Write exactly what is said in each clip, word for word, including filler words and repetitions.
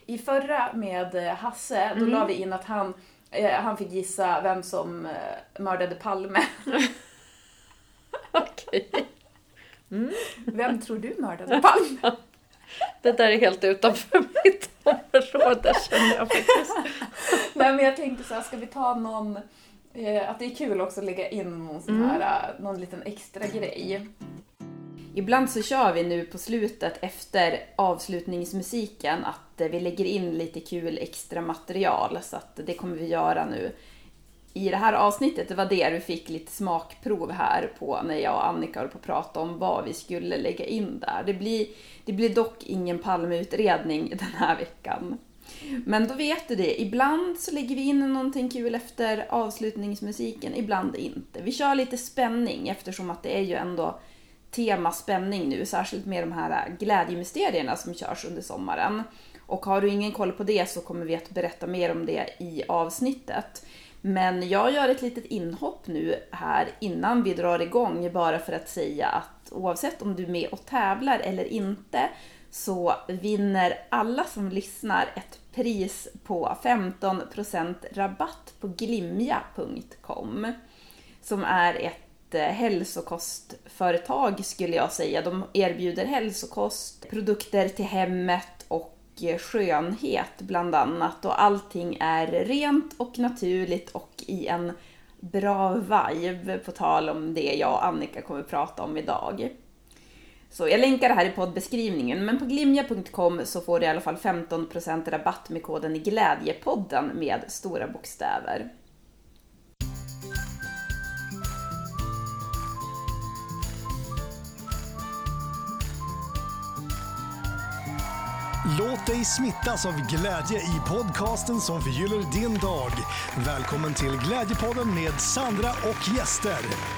I förra med Hasse, då mm. la vi in att han, eh, han fick gissa vem som eh, mördade Palme. Okej. Mm. Vem tror du mördade Palme? Det där är helt utanför mitt område, känner jag faktiskt. Nej, men jag tänkte så här, ska vi ta någon... Eh, att det är kul också att lägga in någon sån här, mm. någon liten extra grej. Ibland så kör vi nu på slutet efter avslutningsmusiken att vi lägger in lite kul extra material, så att det kommer vi göra nu i det här avsnittet. Det var det du fick lite smakprov här på när jag och Annika höll på att prata om vad vi skulle lägga in där. Det blir, det blir dock ingen Palmeutredning den här veckan. Men då vet du det, ibland så lägger vi in någonting kul efter avslutningsmusiken, ibland inte. Vi kör lite spänning eftersom att det är ju ändå tema spänning nu, särskilt med de här glädjemysterierna som körs under sommaren. Och har du ingen koll på det så kommer vi att berätta mer om det i avsnittet. Men jag gör ett litet inhopp nu här innan vi drar igång, bara för att säga att oavsett om du är med och tävlar eller inte så vinner alla som lyssnar ett pris på femton procent rabatt på glimja punkt com, som är ett hälsokostföretag skulle jag säga. De erbjuder hälsokost, produkter till hemmet och skönhet bland annat. Och allting är rent och naturligt och i en bra vibe, på tal om det jag och Annika kommer prata om idag. Så jag länkar det här i poddbeskrivningen, men på glimja punkt com så får du i alla fall femton procent rabatt med koden Glädjepodden med stora bokstäver. Låt dig smittas av glädje i podcasten som förgyller din dag. Välkommen till Glädjepodden med Sandra och gäster.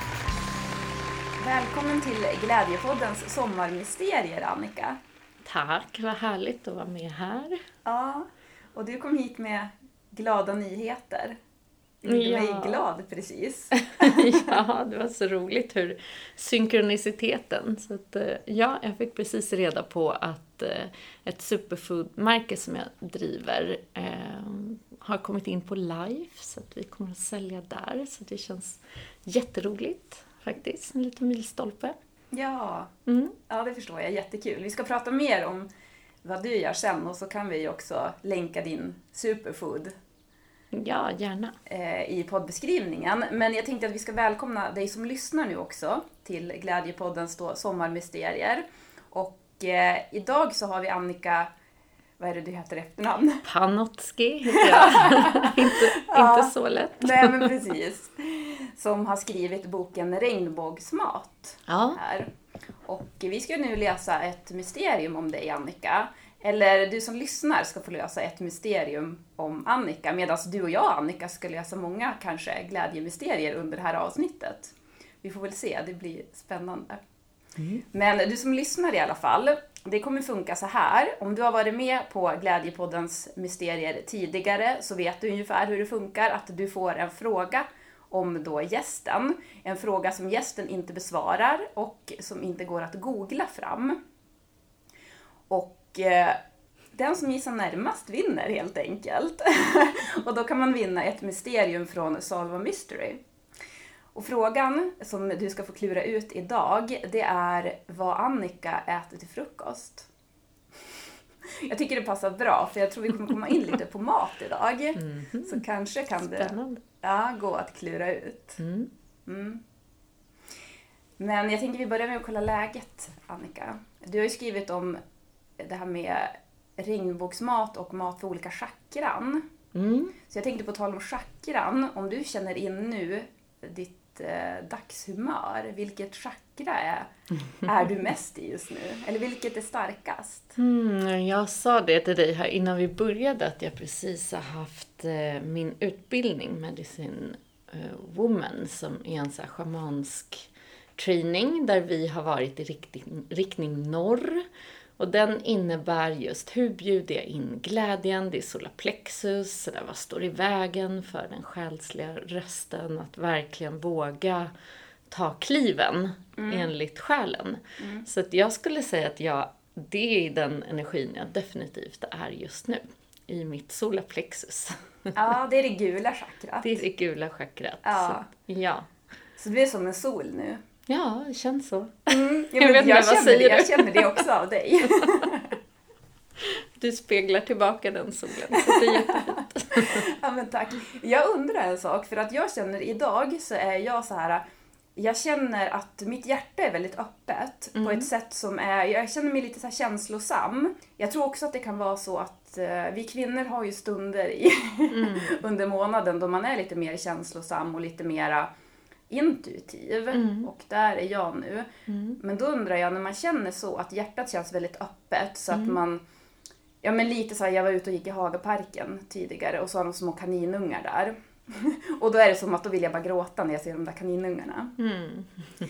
Välkommen till Glädjepoddens sommarmysterier, Annika. Tack, vad härligt att vara med här. Ja, och du kom hit med glada nyheter. Du gjorde ja. mig glad precis. Ja, det var så roligt hur synkroniciteten. Så att, ja, jag fick precis reda på att ett superfoodmärke som jag driver eh, har kommit in på Life. Så att vi kommer att sälja där. Så det känns jätteroligt faktiskt. En liten milstolpe. Ja, mm. ja, det förstår jag. Jättekul. Vi ska prata mer om vad du gör sen, och så kan vi också länka din superfood. Ja, gärna. I poddbeskrivningen. Men jag tänkte att vi ska välkomna dig som lyssnar nu också till Glädjepoddens då sommarmysterier. Och eh, idag så har vi Annika, vad är det du heter efternamn? Panotski heter jag. inte, ja, inte så lätt. Nej, men precis. Som har skrivit boken Regnbågsmat. Ja. Här. Och vi ska nu läsa ett mysterium om dig, Annika. Eller du som lyssnar ska få lösa ett mysterium om Annika. Medan du och jag, Annika, ska lösa många kanske glädjemysterier under det här avsnittet. Vi får väl se, det blir spännande. Mm. Men du som lyssnar i alla fall, det kommer funka så här. Om du har varit med på Glädjepoddens mysterier tidigare så vet du ungefär hur det funkar. Att du får en fråga om då gästen. En fråga som gästen inte besvarar och som inte går att googla fram. Och den som gissar närmast vinner helt enkelt. Och då kan man vinna ett mysterium från Solve a Mystery. Och frågan som du ska få klura ut idag, det är vad Annika äter till frukost. Jag tycker det passar bra, för jag tror vi kommer komma in lite på mat idag. Mm-hmm. Så kanske kan det ja, gå att klura ut. Mm. Mm. Men jag tänker vi börjar med att kolla läget, Annika. Du har ju skrivit om det här med regnbågsmat och mat för olika chakran. Mm. Så jag tänkte på tal om chakran, om du känner in nu ditt eh, dagshumör, vilket chakra är, är du mest i just nu? Eller vilket är starkast? Mm, jag sa det till dig här innan vi började, att jag precis har haft eh, min utbildning Medicine eh, Woman, som är en så här shamansk training där vi har varit i riktning, riktning norr. Och den innebär just hur bjuder jag in glädjen, det är solarplexus, så där vad står i vägen för den själsliga rösten, att verkligen våga ta kliven mm. enligt själen. Mm. Så att jag skulle säga att jag det är den energin jag definitivt är just nu. I mitt solarplexus. Ja, det är det gula chakrat. Det är det gula chakrat. Ja. Så, ja. Så du är som en sol nu. Ja, det känns så. Mm, ja, jag men vet jag, inte, vad känner säger det, du? jag känner det också av dig. Du speglar tillbaka den solen. Så det är jättefint. Ja, men tack. Jag undrar en sak, för att jag känner idag så är jag så här. Jag känner att mitt hjärta är väldigt öppet mm. på ett sätt som är, jag känner mig lite så här känslosam. Jag tror också att det kan vara så att eh, vi kvinnor har ju stunder i mm. under månaden då man är lite mer känslosam och lite mera intuitiv. Mm. Och där är jag nu. Mm. Men då undrar jag, när man känner så att hjärtat känns väldigt öppet så mm. att man, ja men lite så här, jag var ute och gick i Hagaparken tidigare och så har de små kaninungar där. Och då är det som att då vill jag bara gråta när jag ser de där kaninungarna. Mm.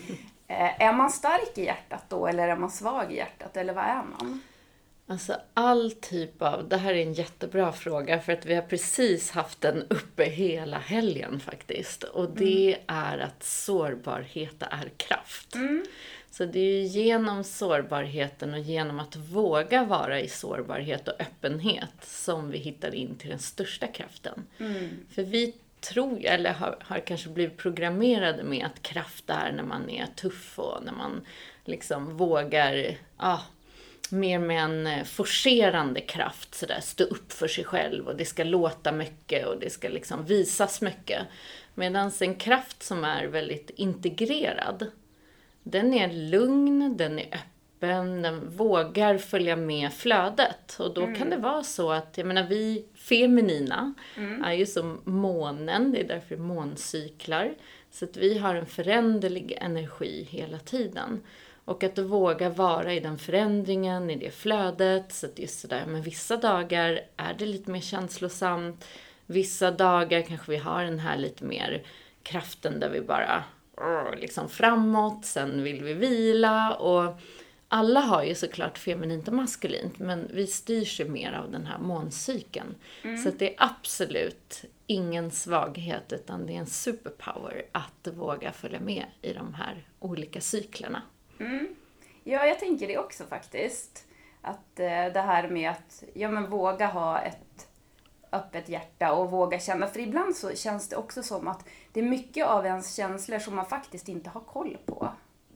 Är man stark i hjärtat då, eller är man svag i hjärtat, eller vad är man? Alltså all typ av, det här är en jättebra fråga för att vi har precis haft den uppe hela helgen faktiskt. Och det mm. är att sårbarhet är kraft. Mm. Så det är ju genom sårbarheten och genom att våga vara i sårbarhet och öppenhet som vi hittar in till den största kraften. Mm. För vi tror, eller har, har kanske blivit programmerade med att kraft är när man är tuff och när man liksom vågar, ja, mer med en forcerande kraft så där, stå upp för sig själv och det ska låta mycket och det ska liksom visas mycket. Medan en kraft som är väldigt integrerad, den är lugn, den är öppen, den vågar följa med flödet. Och då mm. kan det vara så att, jag menar, vi feminina mm. är ju som månen, det är därför måncyklar. Så att vi har en föränderlig energi hela tiden. Och att våga vara i den förändringen, i det flödet. Så att det är sådär, men vissa dagar är det lite mer känslosamt. Vissa dagar kanske vi har den här lite mer kraften där vi bara liksom framåt, sen vill vi vila. Och alla har ju såklart feminint och maskulint, men vi styrs ju mer av den här måncykeln. Mm. Så att det är absolut ingen svaghet, utan det är en superpower att våga följa med i de här olika cyklerna. Mm. Ja, jag tänker det också faktiskt. Att eh, det här med att ja, men våga ha ett öppet hjärta och våga känna. För ibland så känns det också som att det är mycket av ens känslor som man faktiskt inte har koll på.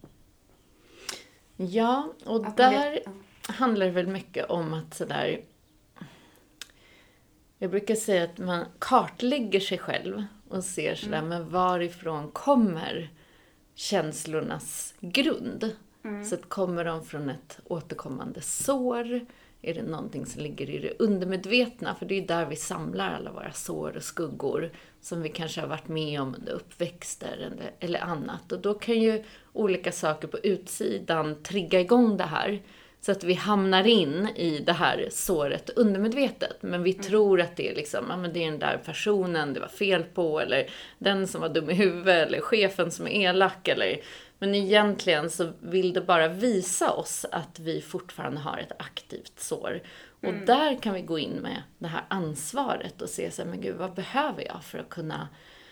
Ja, och att där vet, ja. handlar det väl mycket om att sådär, jag brukar säga att man kartlägger sig själv och ser sådär, mm. men varifrån kommer känslornas grund? Mm. Så att kommer de från ett återkommande sår? Är det någonting som ligger i det undermedvetna? För det är där vi samlar alla våra sår och skuggor som vi kanske har varit med om under uppväxter eller, eller annat. Och då kan ju olika saker på utsidan trigga igång det här. Så att vi hamnar in i det här såret undermedvetet. Men vi mm. tror att det är liksom, ja, men det är den där personen det var fel på. Eller den som var dum i huvudet. Eller chefen som är elak. Eller... Men egentligen så vill det bara visa oss att vi fortfarande har ett aktivt sår. Och mm. där kan vi gå in med det här ansvaret och se så här, men gud, vad behöver jag för att kunna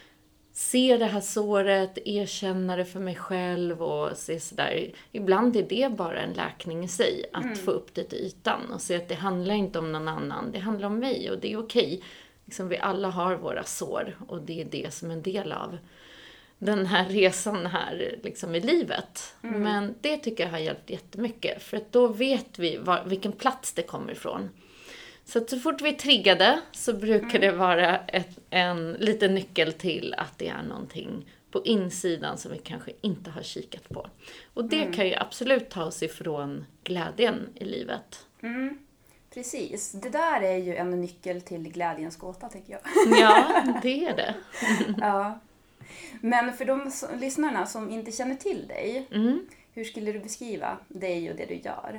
se det här såret, erkänna det för mig själv och se sådär. Ibland är det bara en läkning i sig, att mm. få upp det till ytan och se att det handlar inte om någon annan, det handlar om mig och det är okej. Liksom vi alla har våra sår och det är det som är en del av den här resan här liksom i livet. Mm. Men det tycker jag har hjälpt jättemycket. För att då vet vi var, vilken plats det kommer ifrån. Så att så fort vi är triggade så brukar mm. det vara ett, en liten nyckel till att det är någonting på insidan som vi kanske inte har kikat på. Och det mm. kan ju absolut ta oss ifrån glädjen i livet. Mm. Precis. Det där är ju en nyckel till glädjens gåta, tycker jag. Ja, det är det. Ja. Men för de som, lyssnarna som inte känner till dig, mm. hur skulle du beskriva dig och det du gör?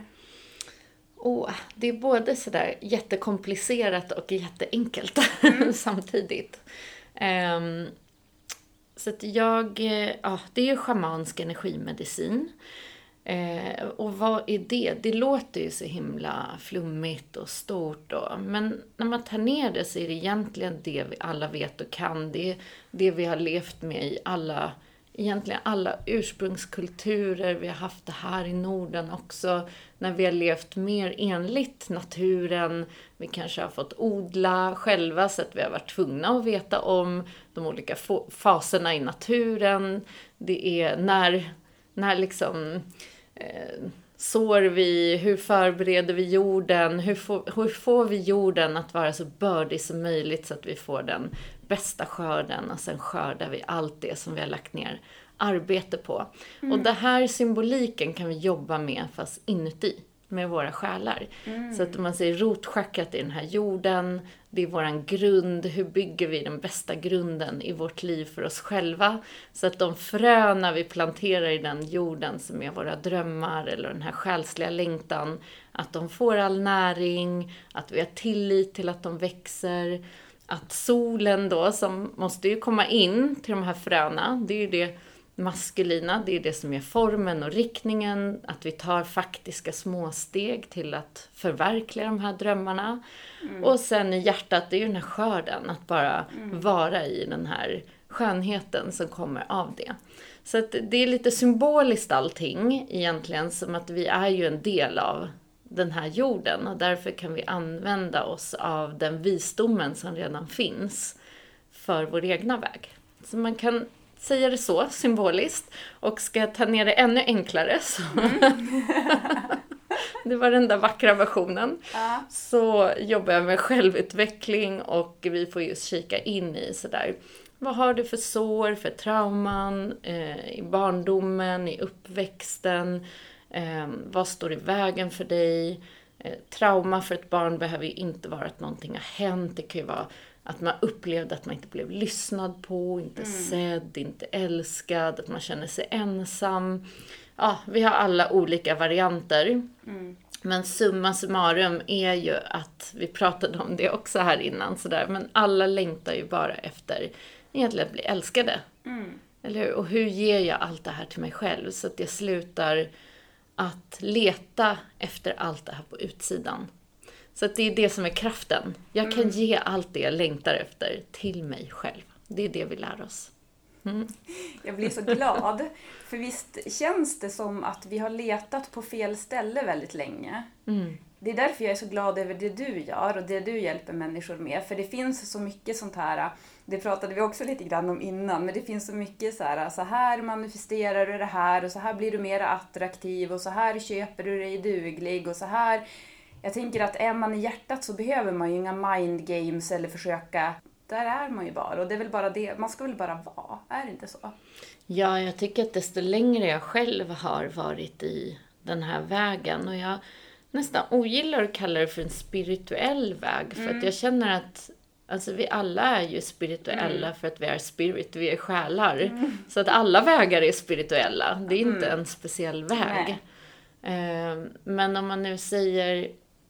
Oh, det är både sådär jättekomplicerat och jätteenkelt mm. samtidigt. Um, så att jag, ja, det är ju schamansk energimedicin. Eh, och vad är det? Det låter ju så himla flummigt och stort. Då. Men när man tar ner det så är det egentligen det vi alla vet och kan. Det är det vi har levt med i alla egentligen alla ursprungskulturer. Vi har haft det här i Norden också. När vi har levt mer enligt naturen. Vi kanske har fått odla själva så att vi har varit tvungna att veta om de olika faserna i naturen. Det är när, när liksom eh, sår vi, hur förbereder vi jorden, hur får, hur får vi jorden att vara så bördig som möjligt så att vi får den bästa skörden och sen skördar vi allt det som vi har lagt ner arbete på. Mm. Och det här symboliken kan vi jobba med fast inuti med våra själar. Mm. Så att om man säger rotschakrat i den här jorden, det är våran grund. Hur bygger vi den bästa grunden i vårt liv för oss själva? Så att de fröna vi planterar i den jorden som är våra drömmar eller den här själsliga längtan, att de får all näring, att vi har tillit till att de växer. Att solen då, som måste ju komma in till de här fröna, det är ju det maskulina, det är det som är formen och riktningen, att vi tar faktiska småsteg till att förverkliga de här drömmarna. Mm. Och sen i hjärtat, det är ju den här skörden, att bara mm. vara i den här skönheten som kommer av det. Så att det är lite symboliskt allting egentligen, som att vi är ju en del av den här jorden och därför kan vi använda oss av den visdomen som redan finns för vår egna väg. Så man kan säga det så symboliskt, och ska jag ta ner det ännu enklare så mm. det var den där vackra versionen. Ja. Så jobbar jag med självutveckling och vi får just kika in i sådär, vad har du för sår, för trauman eh, i barndomen, i uppväxten. Eh, vad står i vägen för dig? Eh, trauma för ett barn behöver ju inte vara att någonting har hänt. Det kan ju vara att man upplevde att man inte blev lyssnad på, inte mm. sedd, inte älskad, att man känner sig ensam. Ja, vi har alla olika varianter. Mm. Men summa summarum är ju att, vi pratade om det också här innan, sådär, men alla längtar ju bara efter egentligen att bli älskade. Mm. Eller hur? Och hur ger jag allt det här till mig själv så att jag slutar att leta efter allt det här på utsidan. Så att det är det som är kraften. Jag kan mm. ge allt det jag längtar efter till mig själv. Det är det vi lär oss. Mm. Jag blir så glad. För visst känns det som att vi har letat på fel ställe väldigt länge. Mm. Det är därför jag är så glad över det du gör och det du hjälper människor med. För det finns så mycket sånt här, det pratade vi också lite grann om innan, men det finns så mycket så här, så här manifesterar du det här och så här blir du mer attraktiv och så här köper du dig duglig och så här. Jag tänker att är man i hjärtat så behöver man ju inga mind games eller försöka, där är man ju bara och det är väl bara det, man ska väl bara vara, är det inte så? Ja, jag tycker att desto längre jag själv har varit i den här vägen, och jag nästan ogillar att kalla det för en spirituell väg. För mm. att jag känner att alltså, vi alla är ju spirituella mm. för att vi är spirit, vi är själar. Mm. Så att alla vägar är spirituella. Det är inte mm. en speciell väg. Eh, men om man nu säger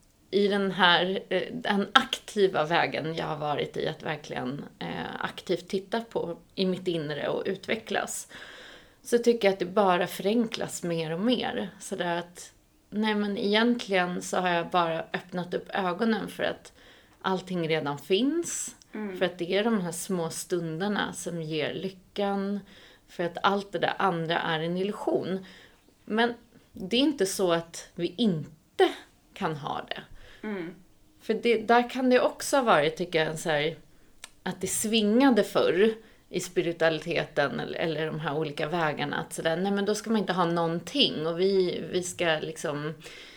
i den här eh, den aktiva vägen jag har varit i, att verkligen eh, aktivt titta på i mitt inre och utvecklas, så tycker jag att det bara förenklas mer och mer. Så där att nej, men egentligen så har jag bara öppnat upp ögonen för att allting redan finns. Mm. För att det är de här små stunderna som ger lyckan. För att allt det där andra är en illusion. Men det är inte så att vi inte kan ha det. Mm. För det, där kan det också vara, tycker jag, så här, att det svingade förr i spiritualiteten eller, eller de här olika vägarna. Att sådär, nej men då ska man inte ha någonting och vi, vi ska liksom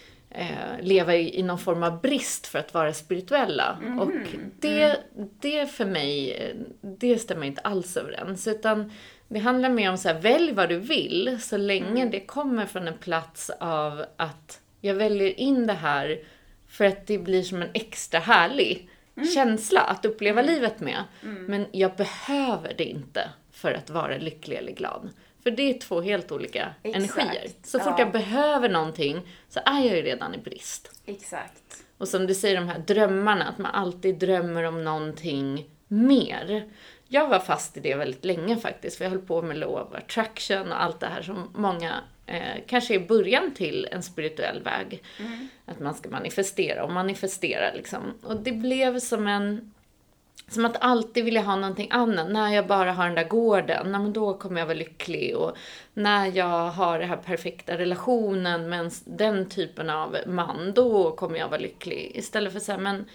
eh, leva i, i någon form av brist för att vara spirituella. Mm. Och det, det för mig, det stämmer inte alls överens. Utan det handlar mer om så här, välj vad du vill så länge mm. det kommer från en plats av att jag väljer in det här för att det blir som en extra härlig Mm. känsla att uppleva mm. livet med. Mm. Men jag behöver det inte för att vara lycklig eller glad. För det är två helt olika Exakt. energier. Så fort ja. jag behöver någonting så är jag ju redan i brist. Exakt. Och som du säger, de här drömmarna, att man alltid drömmer om någonting mer. Jag var fast i det väldigt länge faktiskt. För jag höll på med law of attraction och allt det här som många eh, kanske är början till en spirituell väg. Mm. Att man ska manifestera och manifestera liksom. Och det blev som en, som att alltid vilja ha någonting annat. När jag bara har den där gården, nej, men då kommer jag vara lycklig. Och när jag har den här perfekta relationen med den typen av man, då kommer jag vara lycklig. Istället för så här, men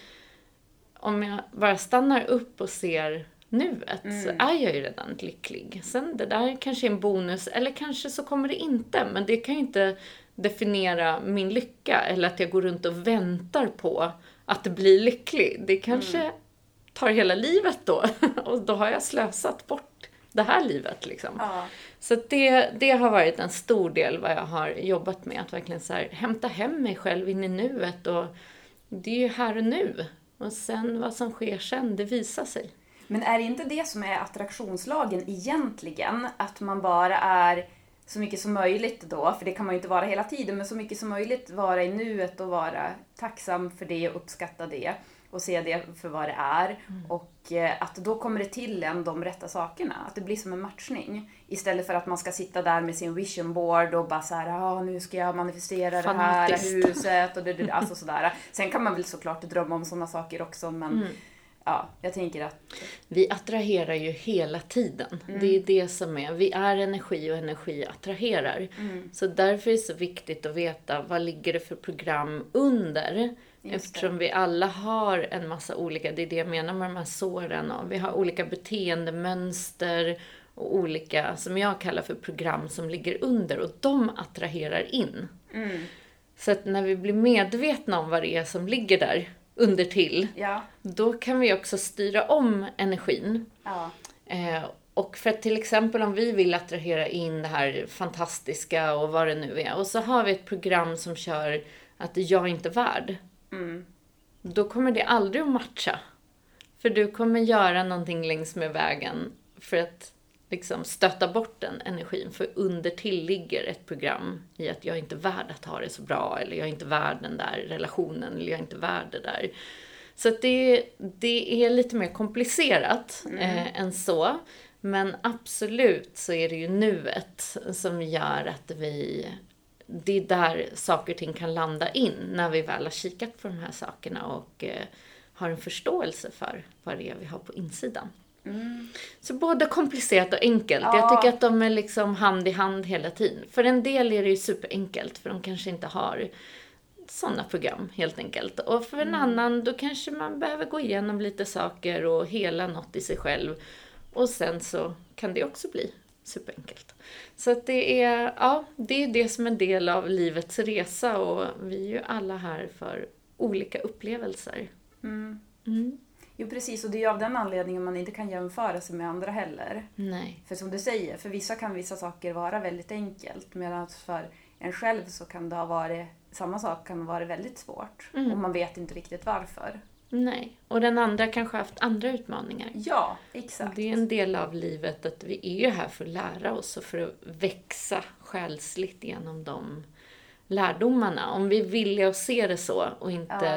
om jag bara stannar upp och ser nuet, mm. så är jag ju redan lycklig. Sen det där kanske är en bonus, eller kanske så kommer det inte. Men det kan ju inte definiera min lycka, eller att jag går runt och väntar på att bli lycklig. Det kanske mm. tar hela livet då. Och då har jag slösat bort det här livet liksom. Ja. Så det, det har varit en stor del vad jag har jobbat med. Att verkligen så här, hämta hem mig själv in i nuet. Och det är ju här och nu. Och sen vad som sker sen, det visar sig. Men är det inte det som är attraktionslagen egentligen? Att man bara är så mycket som möjligt då, för det kan man ju inte vara hela tiden, men så mycket som möjligt vara i nuet och vara tacksam för det och uppskatta det och se det för vad det är. Mm. Och eh, att då kommer det till en de rätta sakerna. Att det blir som en matchning. Istället för att man ska sitta där med sin vision board och bara så här, ah, nu ska jag manifestera Fanatiskt. det här huset och det, det, alltså sådär. Sen kan man väl såklart drömma om sådana saker också, men mm. ja, jag tänker att vi attraherar ju hela tiden. Mm. Det är det som är. Vi är energi och energi attraherar. Mm. Så därför är det så viktigt att veta vad ligger det för program under. Eftersom vi alla har en massa olika, det är det jag menar med de här såren. Och vi har olika beteendemönster och olika, som jag kallar för program som ligger under. Och de attraherar in. Mm. Så att när vi blir medvetna om vad det är som ligger där under till, ja. Då kan vi också styra om energin. Ja. Eh, och för att till exempel om vi vill attrahera in det här fantastiska och vad det nu är. Och så har vi ett program som kör att jag är inte värd. Mm. Då kommer det aldrig att matcha. För du kommer göra någonting längs med vägen för att liksom stöta bort den energin. För under till ligger ett program i att jag är inte värd att ha det så bra. Eller jag är inte värd den där relationen. Eller jag är inte värd det där. Så att det, det är lite mer komplicerat mm. eh, än så. Men absolut så är det ju nuet som gör att vi... Det är där saker och ting kan landa in när vi väl har kikat på de här sakerna och eh, har en förståelse för vad det är vi har på insidan. Mm. Så både komplicerat och enkelt. Ja. Jag tycker att de är liksom hand i hand hela tiden. För en del är det ju superenkelt för de kanske inte har sådana program helt enkelt. Och för en mm. annan då kanske man behöver gå igenom lite saker och hela något i sig själv. Och sen så kan det också bli superenkelt. Så att det är, ja, det är det som är en del av livets resa och vi är ju alla här för olika upplevelser. Mm. Mm. Jo precis, och det är av den anledningen man inte kan jämföra sig med andra heller. Nej. För som du säger, för vissa kan vissa saker vara väldigt enkelt, medan för en själv så kan det ha varit, samma sak kan vara väldigt svårt. Mm. Och man vet inte riktigt varför. Nej, och den andra kanske har haft andra utmaningar. Ja, exakt. Och det är en del av livet att vi är ju här för att lära oss och för att växa själsligt genom de lärdomarna. Om vi vill att se det så och inte, ja.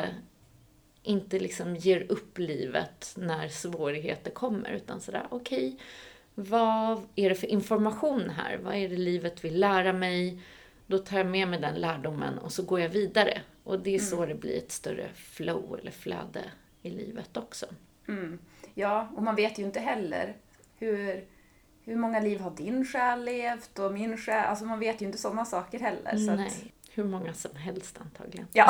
inte liksom ger upp livet när svårigheter kommer. Utan sådär, okej, okay, vad är det för information här? Vad är det livet vill lära mig? Då tar jag med mig den lärdomen och så går jag vidare. Och det är så mm. det blir ett större flow eller flöde i livet också. Mm. Ja, och man vet ju inte heller hur, hur många liv har din själ levt och min själ. Alltså man vet ju inte sådana saker heller. Så Nej, att... hur många som helst antagligen. Ja,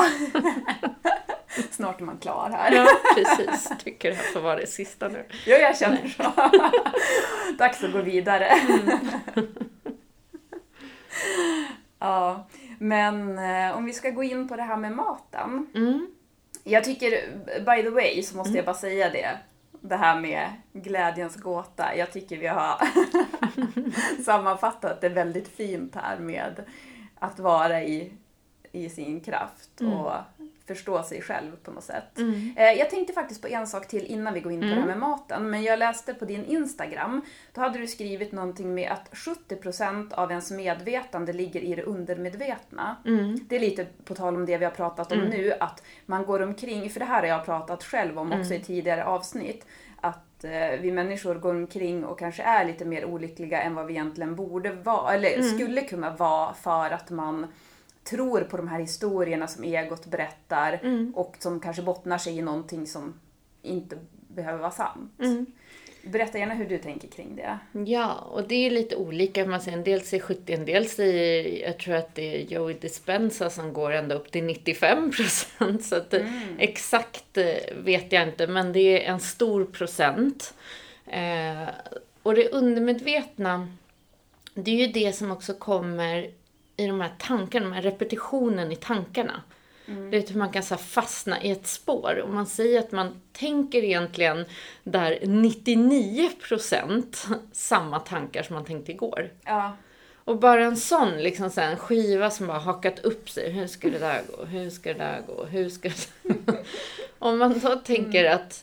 snart är man klar här. Ja, precis. Tycker det här får vara det sista nu. Ja, jag känner Nej. så. Dags att gå vidare. Mm. Ja, men eh, om vi ska gå in på det här med maten. Mm. Jag tycker, by the way, så måste mm. jag bara säga det. Det här med glädjens gåta. Jag tycker vi har sammanfattat det väldigt fint här med att vara i, i sin kraft mm. och förstå sig själv på något sätt. Mm. Eh, jag tänkte faktiskt på en sak till innan vi går in på mm. det här med maten. Men jag läste på din Instagram. Då hade du skrivit någonting med att sjuttio procent av ens medvetande ligger i det undermedvetna. Mm. Det är lite på tal om det vi har pratat om mm. nu. Att man går omkring, för det här har jag pratat själv om också mm. i tidigare avsnitt. Att eh, vi människor går omkring och kanske är lite mer olyckliga än vad vi egentligen borde vara. Eller mm. skulle kunna vara för att man tror på de här historierna som egot berättar mm. och som kanske bottnar sig i någonting som inte behöver vara sant. Mm. Berätta gärna hur du tänker kring det. Ja, och det är lite olika. Man säger, en del säger sjuttio, en del säger, jag tror att det är Joey Dispenza som går ända upp till nittiofem procent. Så att mm. exakt vet jag inte, men det är en stor procent. Eh, och det undermedvetna, det är ju det som också kommer i de här tankarna, de här repetitionen i tankarna. Mm. Det är hur man kan så här fastna i ett spår. Och man säger att man tänker egentligen där nittionio procent samma tankar som man tänkte igår. Ja. Och bara en sån liksom så här, en skiva som bara hakat upp sig. Hur ska det där gå? Hur ska det där gå? Hur ska det... Om man då tänker mm. att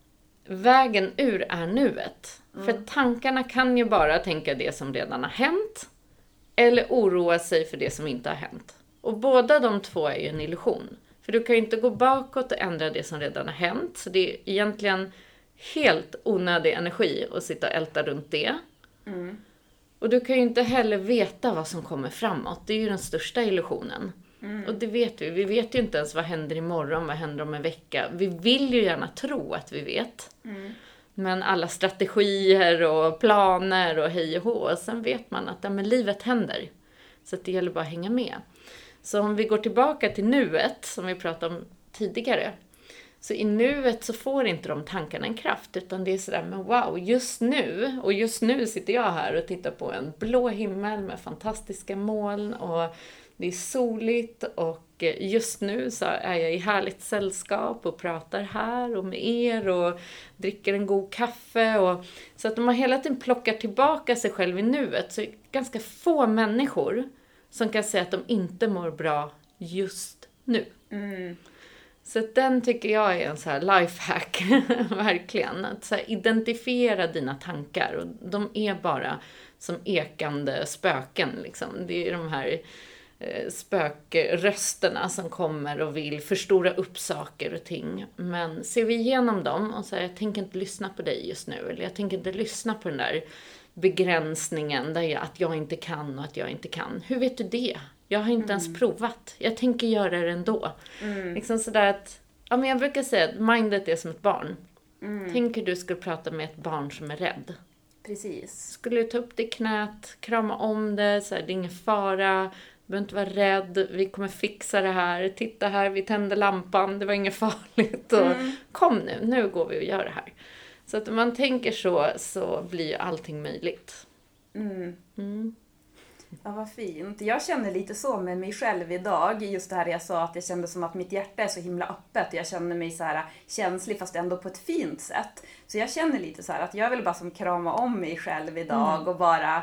vägen ur är nuet. Mm. För tankarna kan ju bara tänka det som redan har hänt. Eller oroa sig för det som inte har hänt. Och båda de två är ju en illusion. För du kan ju inte gå bakåt och ändra det som redan har hänt. Så det är egentligen helt onödig energi att sitta och älta runt det. Mm. Och du kan ju inte heller veta vad som kommer framåt. Det är ju den största illusionen. Mm. Och det vet vi. Vi vet ju inte ens vad händer imorgon, vad händer om en vecka. Vi vill ju gärna tro att vi vet. Mm. Men alla strategier och planer och hej och hå. Sen vet man att ja, men livet händer. Så att det gäller bara att hänga med. Så om vi går tillbaka till nuet, som vi pratade om tidigare. Så i nuet så får inte de tankarna en kraft. Utan det är sådär, men wow, just nu. Och just nu sitter jag här och tittar på en blå himmel med fantastiska moln. Och det är soligt. Och just nu så är jag i härligt sällskap och pratar här och med er. Och dricker en god kaffe. Och, så att om man hela tiden plockar tillbaka sig själv i nuet. Så är det ganska få människor som kan säga att de inte mår bra just nu. Mm. Så den tycker jag är en så här lifehack, verkligen. Att så här identifiera dina tankar. Och de är bara som ekande spöken. Liksom. Det är de här eh, spökrösterna som kommer och vill förstora upp saker och ting. Men ser vi igenom dem och säger, jag tänker inte lyssna på dig just nu. Eller jag tänker inte lyssna på den där begränsningen där jag, att jag inte kan och att jag inte kan. Hur vet du det? Jag har inte mm. ens provat. Jag tänker göra det ändå. Mm. Liksom sådär att, ja men jag brukar säga att mindet är som ett barn. Mm. Tänk hur du skulle prata med ett barn som är rädd. Precis. Skulle du ta upp det i knät, krama om det, så här, det är ingen fara, du behöver inte vara rädd, vi kommer fixa det här, titta här, vi tänder lampan, det var inget farligt. Och, mm. kom nu, nu går vi och gör det här. Så att om man tänker så, så blir ju allting möjligt. Mm. Mm. Ja, vad fint. Jag känner lite så med mig själv idag. Just det här jag sa, att jag kände som att mitt hjärta är så himla öppet. Jag känner mig så här känslig, fast ändå på ett fint sätt. Så jag känner lite så här att jag vill bara som krama om mig själv idag. Mm. Och bara,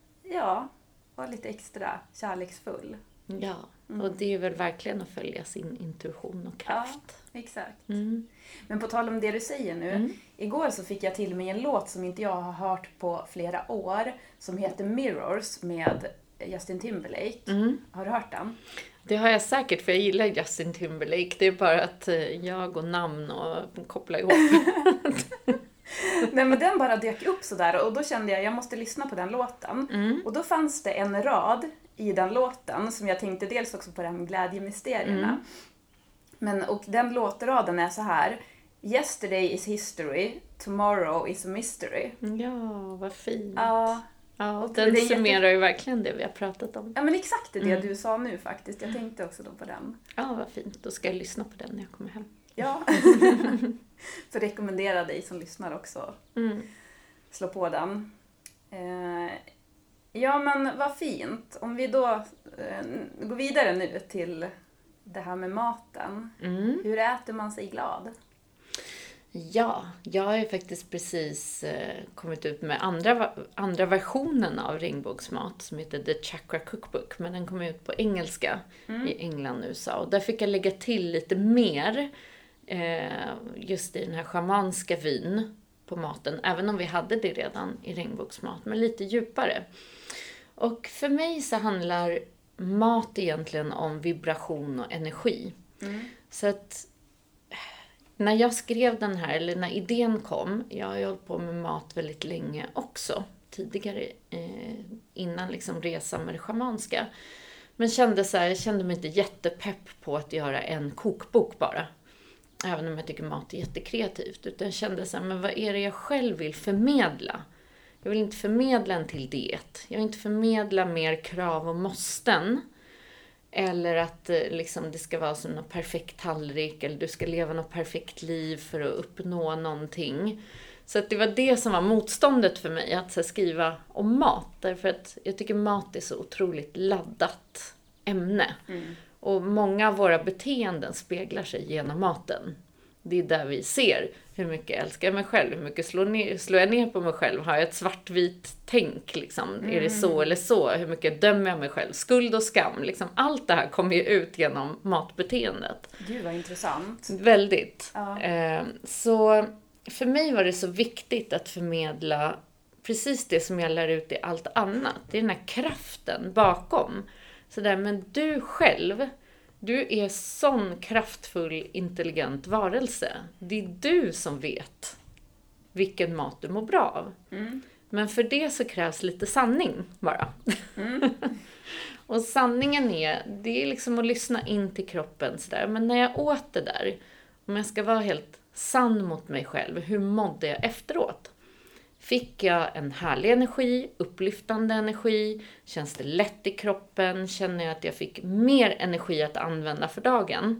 ja, vara lite extra kärleksfull. Ja, mm. och det är väl verkligen att följa sin intuition och kraft. Ja, exakt. Mm. Men på tal om det du säger nu. Mm. Igår så fick jag till mig en låt som inte jag har hört på flera år. Som heter Mirrors med Justin Timberlake. Mm. Har du hört den? Det har jag säkert, för jag gillar Justin Timberlake. Det är bara att jag och namn och koppla ihop. Nej, men den bara dök upp sådär. Och då kände jag, jag måste lyssna på den låten. Mm. Och då fanns det en rad i den låten som jag tänkte dels också på den glädjemysterierna. Mm. Men, och den låtraden är så här: Yesterday is history, tomorrow is a mystery. Ja, vad fint. Ja, ja och den summerar jätte... ju verkligen det vi har pratat om. Ja, men exakt det mm. du sa nu faktiskt. Jag tänkte också då på den. Ja, vad fint. Då ska jag lyssna på den när jag kommer hem. Ja. Så rekommenderar dig som lyssnar också. Mm. Slå på den. Eh, ja, men vad fint. Om vi då eh, går vidare nu till det här med maten. Mm. Hur äter man sig glad? Ja, jag har ju faktiskt precis eh, kommit ut med andra, andra versionen av regnbågsmat som heter The Chakra Cookbook. Men den kom ut på engelska mm. i England och U S A. Och där fick jag lägga till lite mer eh, just i den här schamanska vyn på maten. Även om vi hade det redan i regnbågsmat, men lite djupare. Och för mig så handlar mat egentligen om vibration och energi. Mm. Så att när jag skrev den här, eller när idén kom, jag har ju hållit på med mat väldigt länge också, tidigare eh, innan liksom resan med det schamanska. Men kände så här, jag kände mig inte jättepepp på att göra en kokbok bara. även om jag tycker mat är jättekreativt. Utan jag kände så här, men vad är det jag själv vill förmedla? Jag vill inte förmedla en till diet. Jag vill inte förmedla mer krav och måsten. Eller att liksom, det ska vara som någon perfekt tallrik. Eller du ska leva något perfekt liv för att uppnå någonting. Så att det var det som var motståndet för mig. Att så, skriva om mat. Därför att jag tycker mat är så otroligt laddat ämne. Mm. Och många av våra beteenden speglar sig genom maten. Det är där vi ser hur mycket jag älskar mig själv. Hur mycket slår, ner, slår jag ner på mig själv. Har jag ett svartvitt tänk? Liksom? Mm. Är det så eller så? Hur mycket dömer jag mig själv? Skuld och skam. Liksom, allt det här kommer ju ut genom matbeteendet. Gud vad intressant. Väldigt. Ja. Eh, så för mig var det så viktigt att förmedla precis det som jag lär ut i allt annat. Det är den här kraften bakom. Så där, men du själv... Du är sån kraftfull, intelligent varelse. Det är du som vet vilken mat du mår bra av. Mm. Men för det så krävs lite sanning bara. Mm. Och sanningen är, det är liksom att lyssna in till kroppen. Så där. Men när jag åt det där, om jag ska vara helt sann mot mig själv, hur mådde jag efteråt? Fick jag en härlig energi, upplyftande energi? Känns det lätt i kroppen? Känner jag att jag fick mer energi att använda för dagen?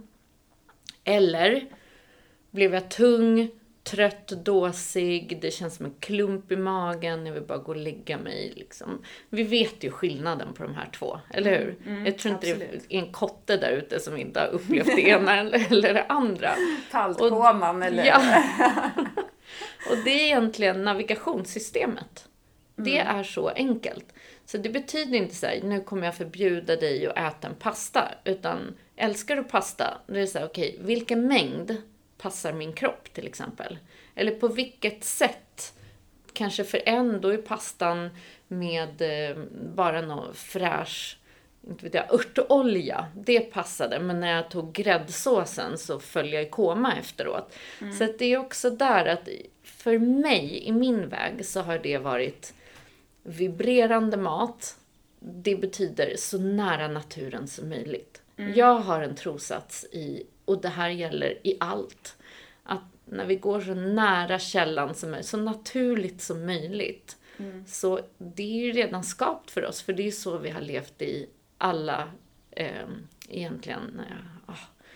Eller blev jag tung, trött, dåsig? Det känns som en klump i magen. Jag vill bara gå och lägga mig. Liksom. Vi vet ju skillnaden på de här två, eller hur? Mm, jag tror inte absolut. Det är en kotte där ute som inte har upplevt det ena eller det andra. Kaltkoman eller... Ja. Och det är egentligen navigationssystemet. Det mm. är så enkelt. Så det betyder inte så här, nu kommer jag förbjuda dig att äta en pasta. Utan älskar du pasta, då är det så här, okej, okay, vilken mängd passar min kropp till exempel? Eller på vilket sätt, kanske för en, då är pastan med eh, bara någon fräsch, inte vet jag, örtolja, det passade. Men när jag tog gräddsåsen så föll jag i koma efteråt. Mm. Så att det är också där att för mig, i min väg, så har det varit vibrerande mat. Det betyder så nära naturen som möjligt. Mm. Jag har en trosats i, och det här gäller i allt, att när vi går så nära källan som är så naturligt som möjligt, mm. så det är ju redan skapat för oss. För det är så vi har levt i alla eh, egentligen eh,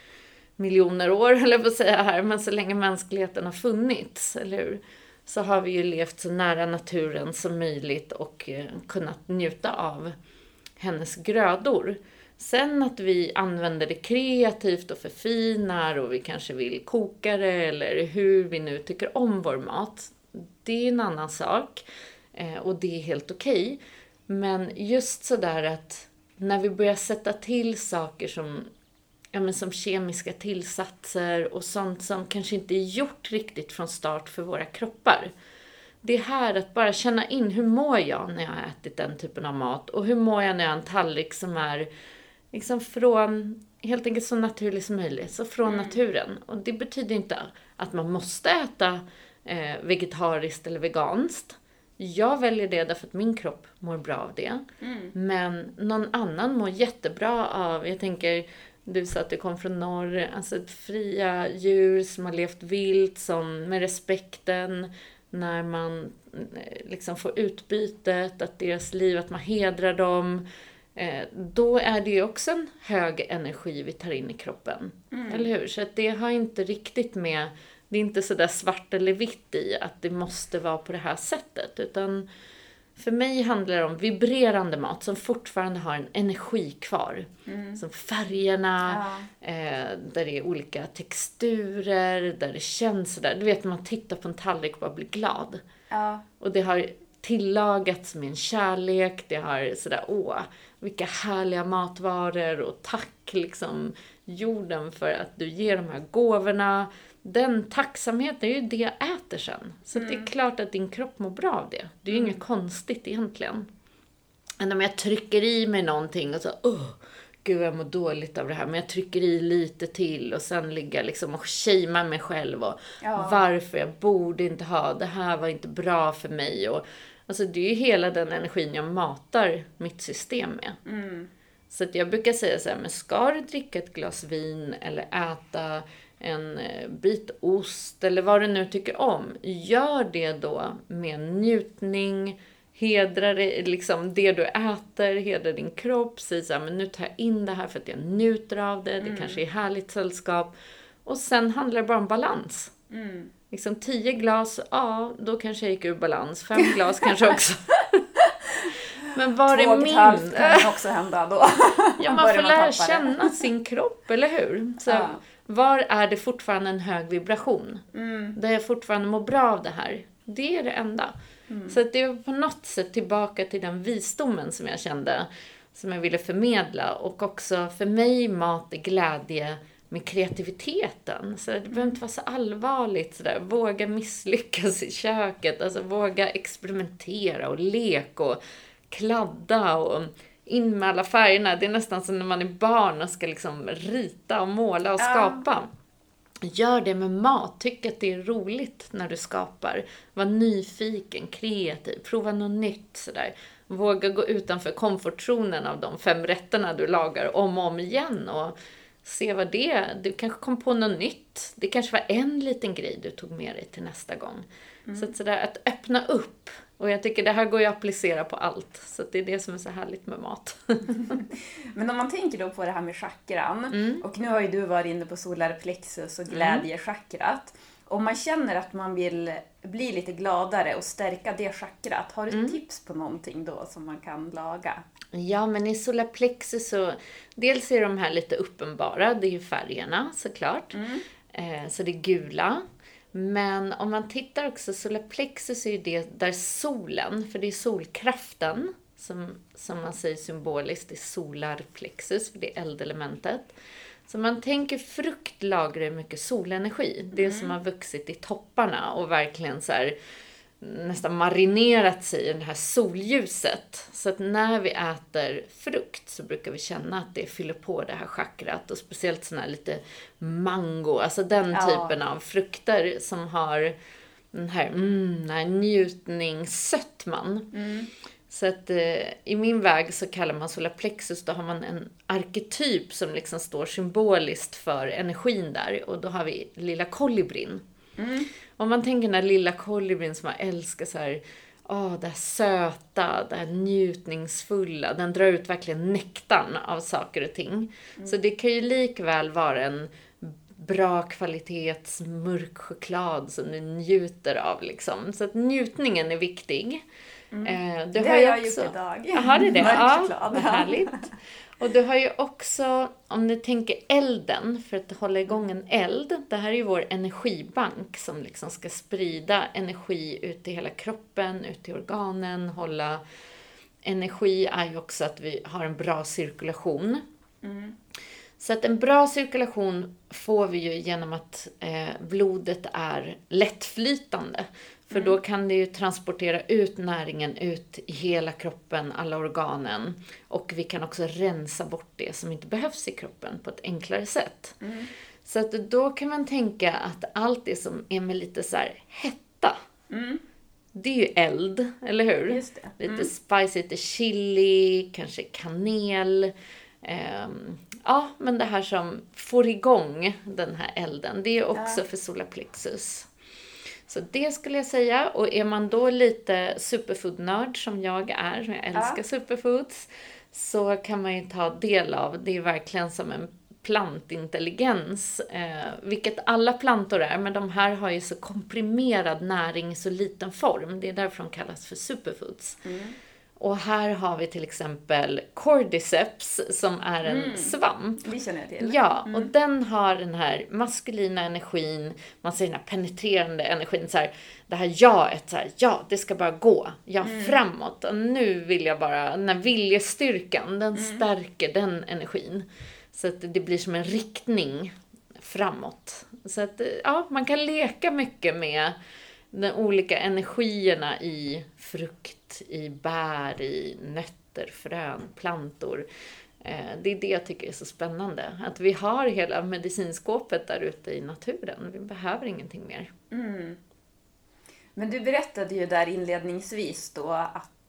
miljoner år, eller vad säga här, men så länge mänskligheten har funnits, eller hur? Så har vi ju levt så nära naturen som möjligt och eh, kunnat njuta av hennes grödor. Sen att vi använder det kreativt och förfinar och vi kanske vill koka det eller hur vi nu tycker om vår mat, det är en annan sak eh, och det är helt okej. Men just så där att när vi börjar sätta till saker som, ja, men som kemiska tillsatser och sånt som kanske inte är gjort riktigt från start för våra kroppar. Det är här att bara känna in, hur mår jag när jag har ätit den typen av mat? Och hur mår jag när jag har en tallrik som är liksom från, helt enkelt så naturligt som möjligt. Så från mm. naturen. Och det betyder inte att man måste äta eh, vegetariskt eller veganskt. Jag väljer det därför att min kropp mår bra av det. Mm. Men någon annan mår jättebra av, jag tänker, du sa att du kom från norr, alltså fria djur som har levt vilt, som med respekten, när man liksom får utbytet, att deras liv, att man hedrar dem, eh, då är det ju också en hög energi vi tar in i kroppen. Mm. Eller hur? Så att det har inte riktigt med, det är inte så där svart eller vitt i att det måste vara på det här sättet, utan för mig handlar det om vibrerande mat som fortfarande har en energi kvar. Mm. Som färgerna, ja. eh, där det är olika texturer, där det känns sådär. Du vet, när man tittar på en tallrik och bara blir glad. Ja. Och det har tillagats med en kärlek. Det har sådär, åh, vilka härliga matvaror. Och tack liksom jorden för att du ger de här gåvorna. Den tacksamheten är ju det jag äter sen. Så mm. det är klart att din kropp mår bra av det. Det är ju mm. inget konstigt egentligen. Men om jag trycker i mig någonting och så, åh, gud jag mår dåligt av det här. Men jag trycker i lite till och sen ligger liksom och shamear mig själv. Och ja. Varför jag borde inte ha, det här var inte bra för mig. Och, alltså det är ju hela den energin jag matar mitt system med. Mm. Så att jag brukar säga så här, men ska du dricka ett glas vin eller äta en bit ost eller vad du nu tycker om. Gör det då med njutning, hedra det, liksom det du äter, hedra din kropp, säg så här, men nu tar jag in det här för att jag njuter av det, det mm. kanske är härligt sällskap. Och sen handlar det bara om balans. Mm. Liksom tio glas, ja, då kanske jag gick ur balans. Fem glas kanske också. Men var Två är min? Två kan också hända då. Ja, man får lära känna sin kropp, eller hur? Så, ja. Var är det fortfarande en hög vibration? Mm. Där jag fortfarande mår bra av det här. Det är det enda. Mm. Så det är på något sätt tillbaka till den visdomen som jag kände. Som jag ville förmedla. Och också för mig mat är glädje med kreativiteten. Så det behöver inte vara så allvarligt. Så där. Våga misslyckas i köket. Alltså våga experimentera och leka och kladda och in med alla färgerna. Det är nästan som när man är barn och ska liksom rita och måla och skapa. Gör det med mat. Tyck att det är roligt när du skapar. Var nyfiken, kreativ. Prova något nytt. Sådär. Våga gå utanför komfortzonen av de fem rätterna du lagar om och om igen. Och se vad det är. Du kanske kom på något nytt. Det kanske var en liten grej du tog med dig till nästa gång. Mm. Så att, sådär, att öppna upp. Och jag tycker det här går ju att applicera på allt. Så att det är det som är så härligt med mat. Men om man tänker då på det här med chakran. Mm. Och nu har ju du varit inne på solarplexus och glädjechakrat. Om man känner att man vill bli lite gladare och stärka det chakrat. Har du mm. tips på någonting då som man kan laga? Ja, men i solarplexus så... Dels är de här lite uppenbara. Det är ju färgerna såklart. Mm. Eh, så det är gula. Men om man tittar också, solarplexus är ju det där solen, för det är solkraften som, som man säger symboliskt, det är solarplexus, för det är eldelementet. Så man tänker frukt lagrar mycket solenergi, det mm. som har vuxit i topparna och verkligen så här, nästan marinerat sig i det här solljuset. Så att när vi äter frukt så brukar vi känna att det fyller på det här chakrat. Och speciellt såna här lite mango, alltså den ja. typen av frukter som har den här, mm, den här njutningssötman. Mm. Så att eh, i min väg så kallar man solarplexus, då har man en arketyp som liksom står symboliskt för energin där. Och då har vi lilla kolibrin. Mm. Om man tänker den här lilla kolibrin som man älskar så här, åh, det här söta, det här njutningsfulla, den drar ut verkligen nektarn av saker och ting. Mm. Så det kan ju likväl vara en bra kvalitets mörk choklad som du njuter av liksom. Så att njutningen är viktig. Mm. Eh, det, det har jag också gjort idag. Jaha, det är det. Ja, vad härligt. Och du har ju också, om du tänker elden, för att hålla igång en eld. Det här är ju vår energibank som liksom ska sprida energi ut i hela kroppen, ut i organen. Hålla energi är ju också att vi har en bra cirkulation. Mm. Så att en bra cirkulation får vi ju genom att eh, blodet är lättflytande. För mm. då kan det ju transportera ut näringen ut i hela kroppen, alla organen. Och vi kan också rensa bort det som inte behövs i kroppen på ett enklare sätt. Mm. Så att då kan man tänka att allt det som är med lite så här hetta. Mm. Det är ju eld, eller hur? Just det. Mm. Lite spicy, lite chili, kanske kanel. Um, ja, men det här som får igång den här elden. Det är också ja. för solarplexus. Så det skulle jag säga. Och är man då lite superfoodnörd som jag är, som jag älskar ja. superfoods, så kan man ju ta del av. Det är verkligen som en plantintelligens. Eh, vilket alla plantor är. Men de här har ju så komprimerad näring i så liten form. Det är därför de kallas för superfoods. Mm. Och här har vi till exempel cordyceps som är en mm. svamp. Det känner jag till. Ja, mm. och den har den här maskulina energin. Man ser den här penetrerande energin. Så här, det här jaet, så här, ja, det ska bara gå. Ja, mm. framåt. Och nu vill jag bara, den här viljestyrkan, den mm. stärker den energin. Så att det blir som en riktning framåt. Så att, ja, man kan leka mycket med de olika energierna i frukt, i bär, i nötter, frön, plantor. Det är det jag tycker är så spännande. Att vi har hela medicinskåpet där ute i naturen. Vi behöver ingenting mer. Mm. Men du berättade ju där inledningsvis då att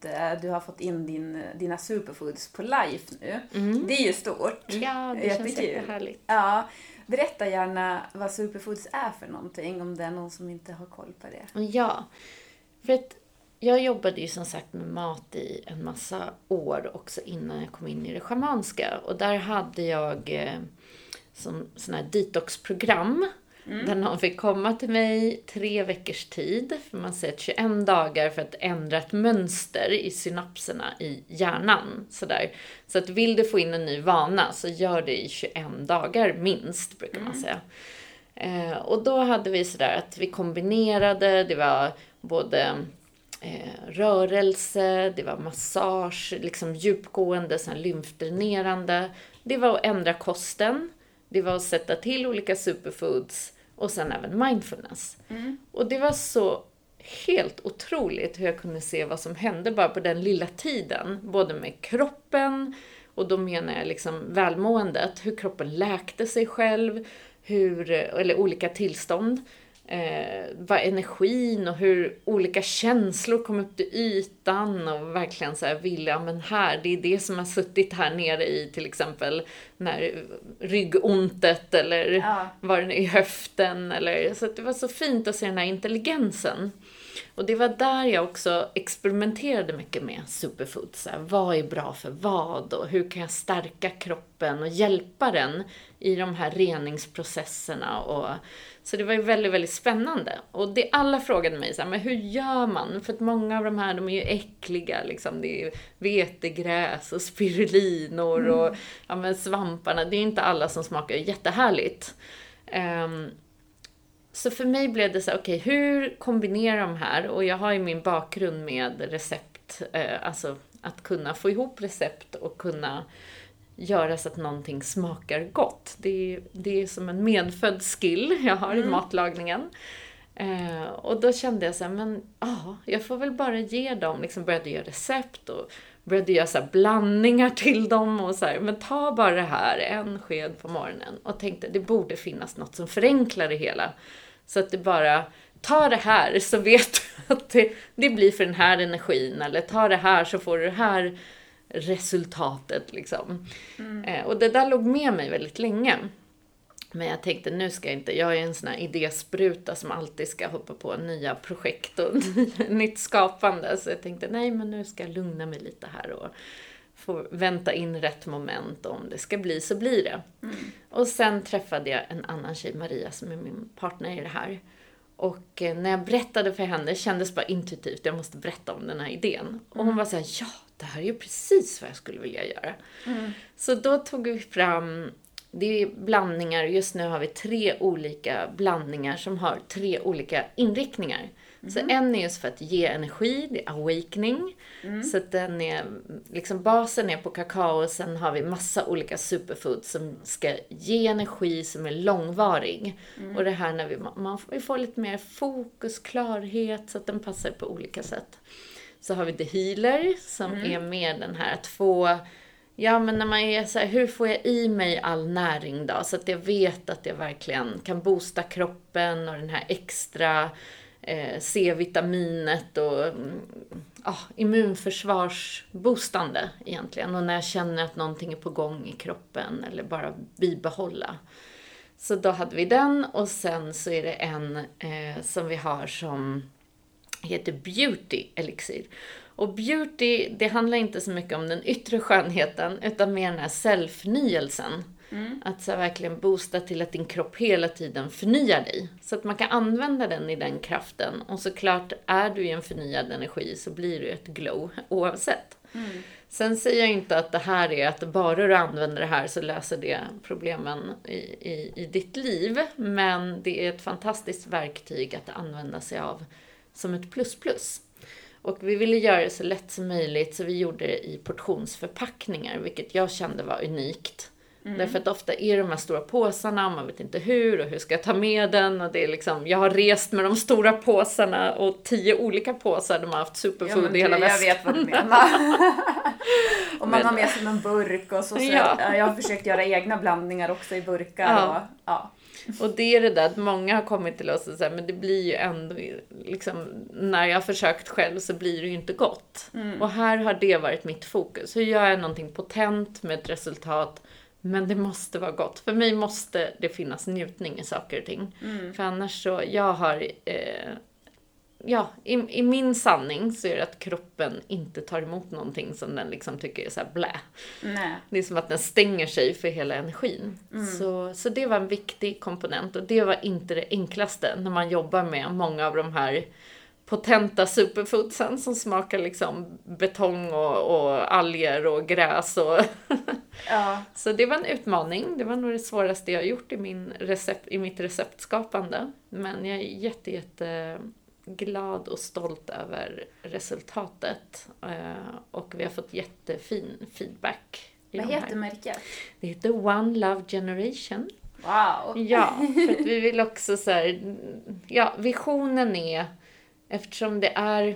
att uh, du har fått in din, dina superfoods på Life nu. Mm. Det är ju stort. Ja, det Jättekul. känns jättehärligt. Ja, berätta gärna vad superfoods är för någonting, om det är någon som inte har koll på det. Ja, för att jag jobbade ju som sagt med mat i en massa år också innan jag kom in i det schamanska. Och där hade jag eh, som sån här detoxprogram. Mm. Där någon fick komma till mig tre veckors tid. För man säger tjugoen dagar för att ändra ett mönster i synapserna i hjärnan. Sådär. Så att vill du få in en ny vana så gör det i tjugoen dagar minst, brukar man Mm. säga. Eh, och då hade vi sådär att vi kombinerade, det var både eh, rörelse, det var massage, liksom djupgående, sen lymfdränerande. Det var att ändra kosten. Det var att sätta till olika superfoods och sen även mindfulness. Mm. Och det var så helt otroligt hur jag kunde se vad som hände bara på den lilla tiden. Både med kroppen, och då menar jag liksom välmåendet. Hur kroppen läkte sig själv, hur, eller olika tillstånd. Eh, vad energin och hur olika känslor kom upp till ytan och verkligen så här vilja, men här, det är det som har suttit här nere i till exempel när ryggontet eller ja. Var den i höften eller, så att det var så fint att se den här intelligensen. Och det var där jag också experimenterade mycket med superfoods. Vad är bra för vad och hur kan jag stärka kroppen och hjälpa den i de här reningsprocesserna. Och, så det var ju väldigt, väldigt spännande. Och det alla frågade mig, så här, men hur gör man? För att många av de här, de är ju äckliga. Liksom. Det är vetegräs och spirulinor och mm. ja, men svamparna. Det är inte alla som smakar jättehärligt. Um, Så för mig blev det så, okej, okay, hur kombinerar de här? Och jag har ju min bakgrund med recept, eh, alltså att kunna få ihop recept och kunna göra så att någonting smakar gott. Det är, det är som en medfödd skill jag har mm. i matlagningen. Eh, och då kände jag så här, men ja, jag får väl bara ge dem, liksom började göra recept och började göra så här blandningar till dem och så här, men ta bara det här, en sked på morgonen, och tänkte det borde finnas något som förenklar det hela. Så att det bara, ta det här så vet du att det, det blir för den här energin, eller ta det här så får du det här resultatet liksom. Mm. Eh, och det där låg med mig väldigt länge. Men jag tänkte, nu ska jag inte, jag är en sån här idéspruta som alltid ska hoppa på nya projekt och nytt skapande. Så jag tänkte, nej men nu ska jag lugna mig lite här och få vänta in rätt moment. Om det ska bli så blir det. Mm. Och sen träffade jag en annan tjej, Maria, som är min partner i det här. Och när jag berättade för henne kändes bara intuitivt, jag måste berätta om den här idén. Mm. Och hon var så här, ja det här är ju precis vad jag skulle vilja göra. Mm. Så då tog vi fram, det är blandningar, just nu har vi tre olika blandningar som har tre olika inriktningar. Mm. Så en är just för att ge energi, det är awakening. Mm. Så att den är, liksom basen är på kakao, och sen har vi massa olika superfoods som ska ge energi som är långvarig. Mm. Och det här när vi, man får lite mer fokus, klarhet, så att den passar på olika sätt. Så har vi the healer som mm. är med den här att få, ja men när man är så här, hur får jag i mig all näring då? Så att jag vet att jag verkligen kan boosta kroppen och den här extra eh, C-vitaminet och mm, ah, immunförsvarsboostande egentligen. Och när jag känner att någonting är på gång i kroppen eller bara bibehålla. Så då hade vi den, och sen så är det en eh, som vi har som heter Beauty Elixir. Och beauty, det handlar inte så mycket om den yttre skönheten, utan mer den här cellförnyelsen. Mm. Att så verkligen boosta till att din kropp hela tiden förnyar dig. Så att man kan använda den i den kraften. Och såklart, är du i en förnyad energi så blir du ett glow oavsett. Mm. Sen säger jag inte att det här är att bara du använder det här så löser det problemen i, i, i ditt liv. Men det är ett fantastiskt verktyg att använda sig av som ett plus plus. Och vi ville göra det så lätt som möjligt, så vi gjorde det i portionsförpackningar, vilket jag kände var unikt. Mm. Därför att ofta är de här stora påsarna, man vet inte hur och hur ska jag ta med den. Och det är liksom, jag har rest med de stora påsarna och tio olika påsar, de har haft superfood ja, i hela väskan. Jag vet vad du menar. Och man har med sig någon burk och så. så ja. Jag har försökt göra egna blandningar också i burkar. Ja. Och, ja. Och det är det där att många har kommit till oss och sagt, men det blir ju ändå, liksom, när jag har försökt själv så blir det ju inte gott. Mm. Och här har det varit mitt fokus. Hur gör jag någonting potent med ett resultat, men det måste vara gott. För mig måste det finnas njutning i saker och ting. Mm. För annars så, jag har... Eh, Ja, i, i min sanning så är det att kroppen inte tar emot någonting som den liksom tycker är så här blä. Nej. Det är som att den stänger sig för hela energin. Mm. Så, så det var en viktig komponent och det var inte det enklaste när man jobbar med många av de här potenta superfoodsen som smakar liksom betong och, och alger och gräs. Och ja. Så det var en utmaning. Det var nog det svåraste jag har gjort i, min recept, i mitt receptskapande. Men jag är jätte, jätte glad och stolt över resultatet. Och vi har fått jättefin feedback. Vad heter märket? Det heter One Love Generation. Wow! Ja, för att vi vill också så här, ja, visionen är, eftersom det är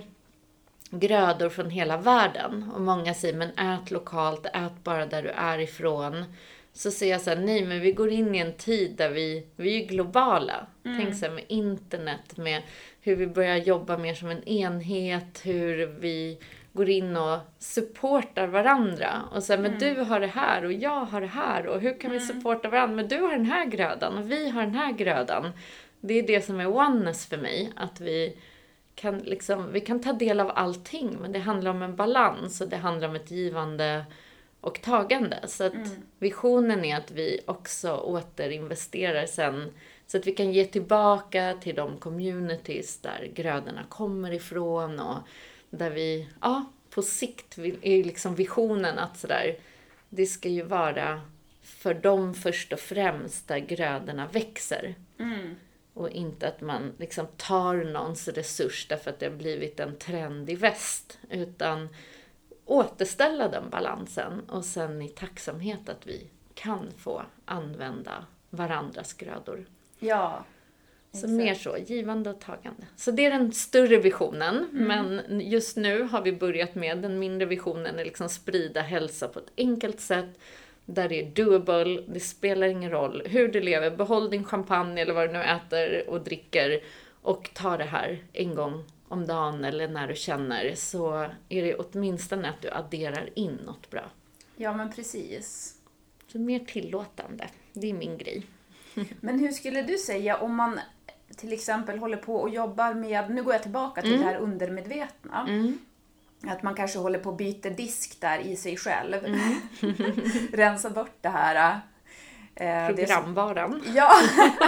grödor från hela världen och många säger, men ät lokalt, ät bara där du är ifrån. Så säger jag så här, nej men vi går in i en tid där vi, vi är globala. Mm. Tänk så här med internet, med hur vi börjar jobba mer som en enhet, hur vi går in och supportar varandra. Och så här, men mm. du har det här och jag har det här och hur kan mm. vi supporta varandra? Men du har den här grödan och vi har den här grödan. Det är det som är oneness för mig, att vi kan liksom, vi kan ta del av allting, men det handlar om en balans och det handlar om ett givande och tagande. Så att mm. visionen är att vi också återinvesterar sen, så att vi kan ge tillbaka till de communities där grödorna kommer ifrån och där vi, ja, på sikt vill, är liksom visionen att sådär, det ska ju vara för dem först och främst där grödorna växer. Mm. Och inte att man liksom tar någons resurs därför att det har blivit en trend i väst, utan återställa den balansen och sen i tacksamhet att vi kan få använda varandras grödor. Ja. Så exakt. Mer så, givande och tagande. Så det är den större visionen, mm. men just nu har vi börjat med den mindre visionen, är liksom sprida hälsa på ett enkelt sätt där det är doable, det spelar ingen roll hur du lever, behåll din champagne eller vad du nu äter och dricker och ta det här en gång om dagen eller när du känner, så är det åtminstone att du adderar in något bra. Ja, men precis. Så mer tillåtande, det är min grej. Men hur skulle du säga om man till exempel håller på och jobbar med, nu går jag tillbaka till mm. det här undermedvetna, mm. att man kanske håller på och byter disk där i sig själv, mm. rensa bort det här eh, programvaran. Det ja,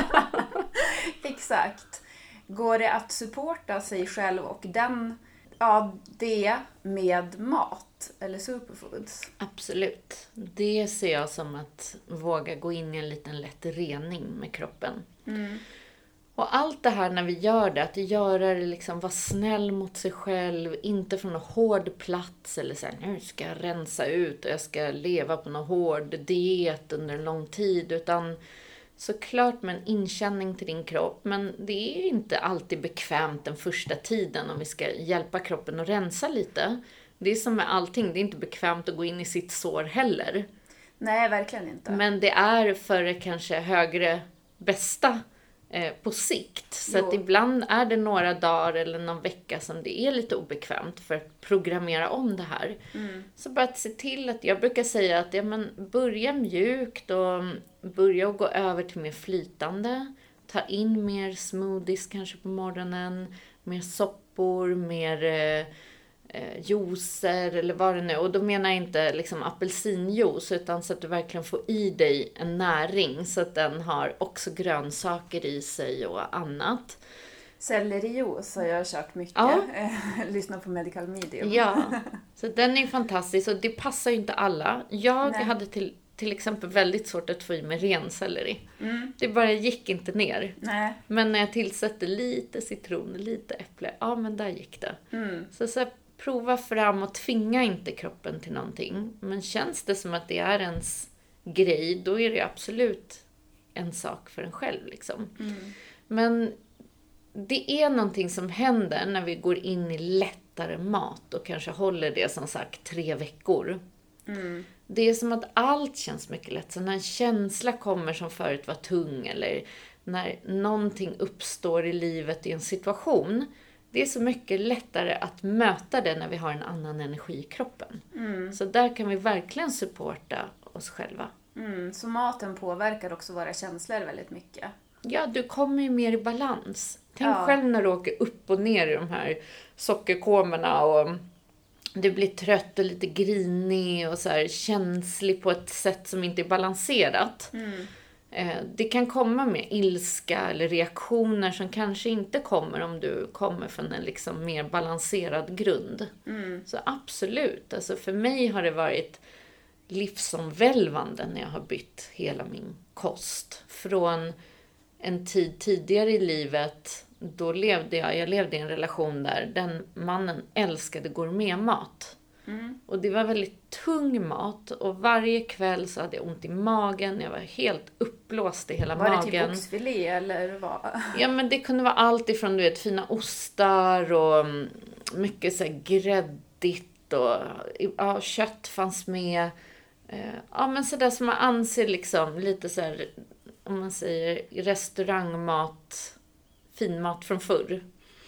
exakt. Går det att supporta sig själv och den, ja, det med mat eller superfoods? Absolut. Det ser jag som att våga gå in i en liten lätt rening med kroppen. Mm. Och allt det här när vi gör det, att göra det liksom, vara snäll mot sig själv, inte från en hård plats eller så här, nu ska jag rensa ut och jag ska leva på någon hård diet under en lång tid, utan såklart med en inkänning till din kropp, men det är inte alltid bekvämt den första tiden om vi ska hjälpa kroppen att rensa lite. Det är som med allting, det är inte bekvämt att gå in i sitt sår heller. Nej, verkligen inte. Men det är för det kanske högre bästa eh, på sikt. Så jo. Att ibland är det några dagar eller någon vecka som det är lite obekvämt för att programmera om det här. Mm. Så bara att se till att, jag brukar säga att ja, men börja mjukt och börja att gå över till mer flytande. Ta in mer smoothies kanske på morgonen, mer soppor, mer eh, eh, juicer eller vad det nu är. Och då menar jag inte liksom apelsinjuice, utan så att du verkligen får i dig en näring så att den har också grönsaker i sig och annat. Sellerijuice har jag kört mycket. Ja. Lyssna på Medical Medium. Ja, så den är fantastisk och det passar ju inte alla. Jag Nej. hade till, till exempel väldigt svårt att få i mig renselleri. Mm. Det bara gick inte ner. Nej. Men när jag tillsatte lite citron, lite äpple, ja men där gick det. Mm. Så, så här, prova fram och tvinga inte kroppen till någonting. Men känns det som att det är ens grej, då är det absolut en sak för en själv liksom. Mm. Men det är någonting som händer när vi går in i lättare mat och kanske håller det som sagt tre veckor. Mm. Det är som att allt känns mycket lätt. Så när en känsla kommer som förut var tung, eller när någonting uppstår i livet i en situation, det är så mycket lättare att möta det när vi har en annan energi i kroppen. Mm. Så där kan vi verkligen supporta oss själva. Mm, så maten påverkar också våra känslor väldigt mycket. Ja, du kommer ju mer i balans. Tänk ja. själv när du åker upp och ner i de här sockerkomerna och du blir trött och lite grinig och så här känslig på ett sätt som inte är balanserat. Mm. Det kan komma med ilska eller reaktioner som kanske inte kommer om du kommer från en liksom mer balanserad grund. Mm. Så absolut, alltså för mig har det varit livsomvälvande när jag har bytt hela min kost. Från en tid tidigare i livet, då levde jag, jag levde i en relation där den mannen älskade gourmetmat. Mm. Och det var väldigt tung mat och varje kväll så hade jag ont i magen. Jag var helt uppblåst i hela var magen. Var det typ oxfilé eller vad? Ja, men det kunde vara allt ifrån du vet, fina ostar och mycket så här gräddigt och ja, kött fanns med. Ja, men sådär som man anser liksom lite så här, om man säger restaurangmat, finmat från förr.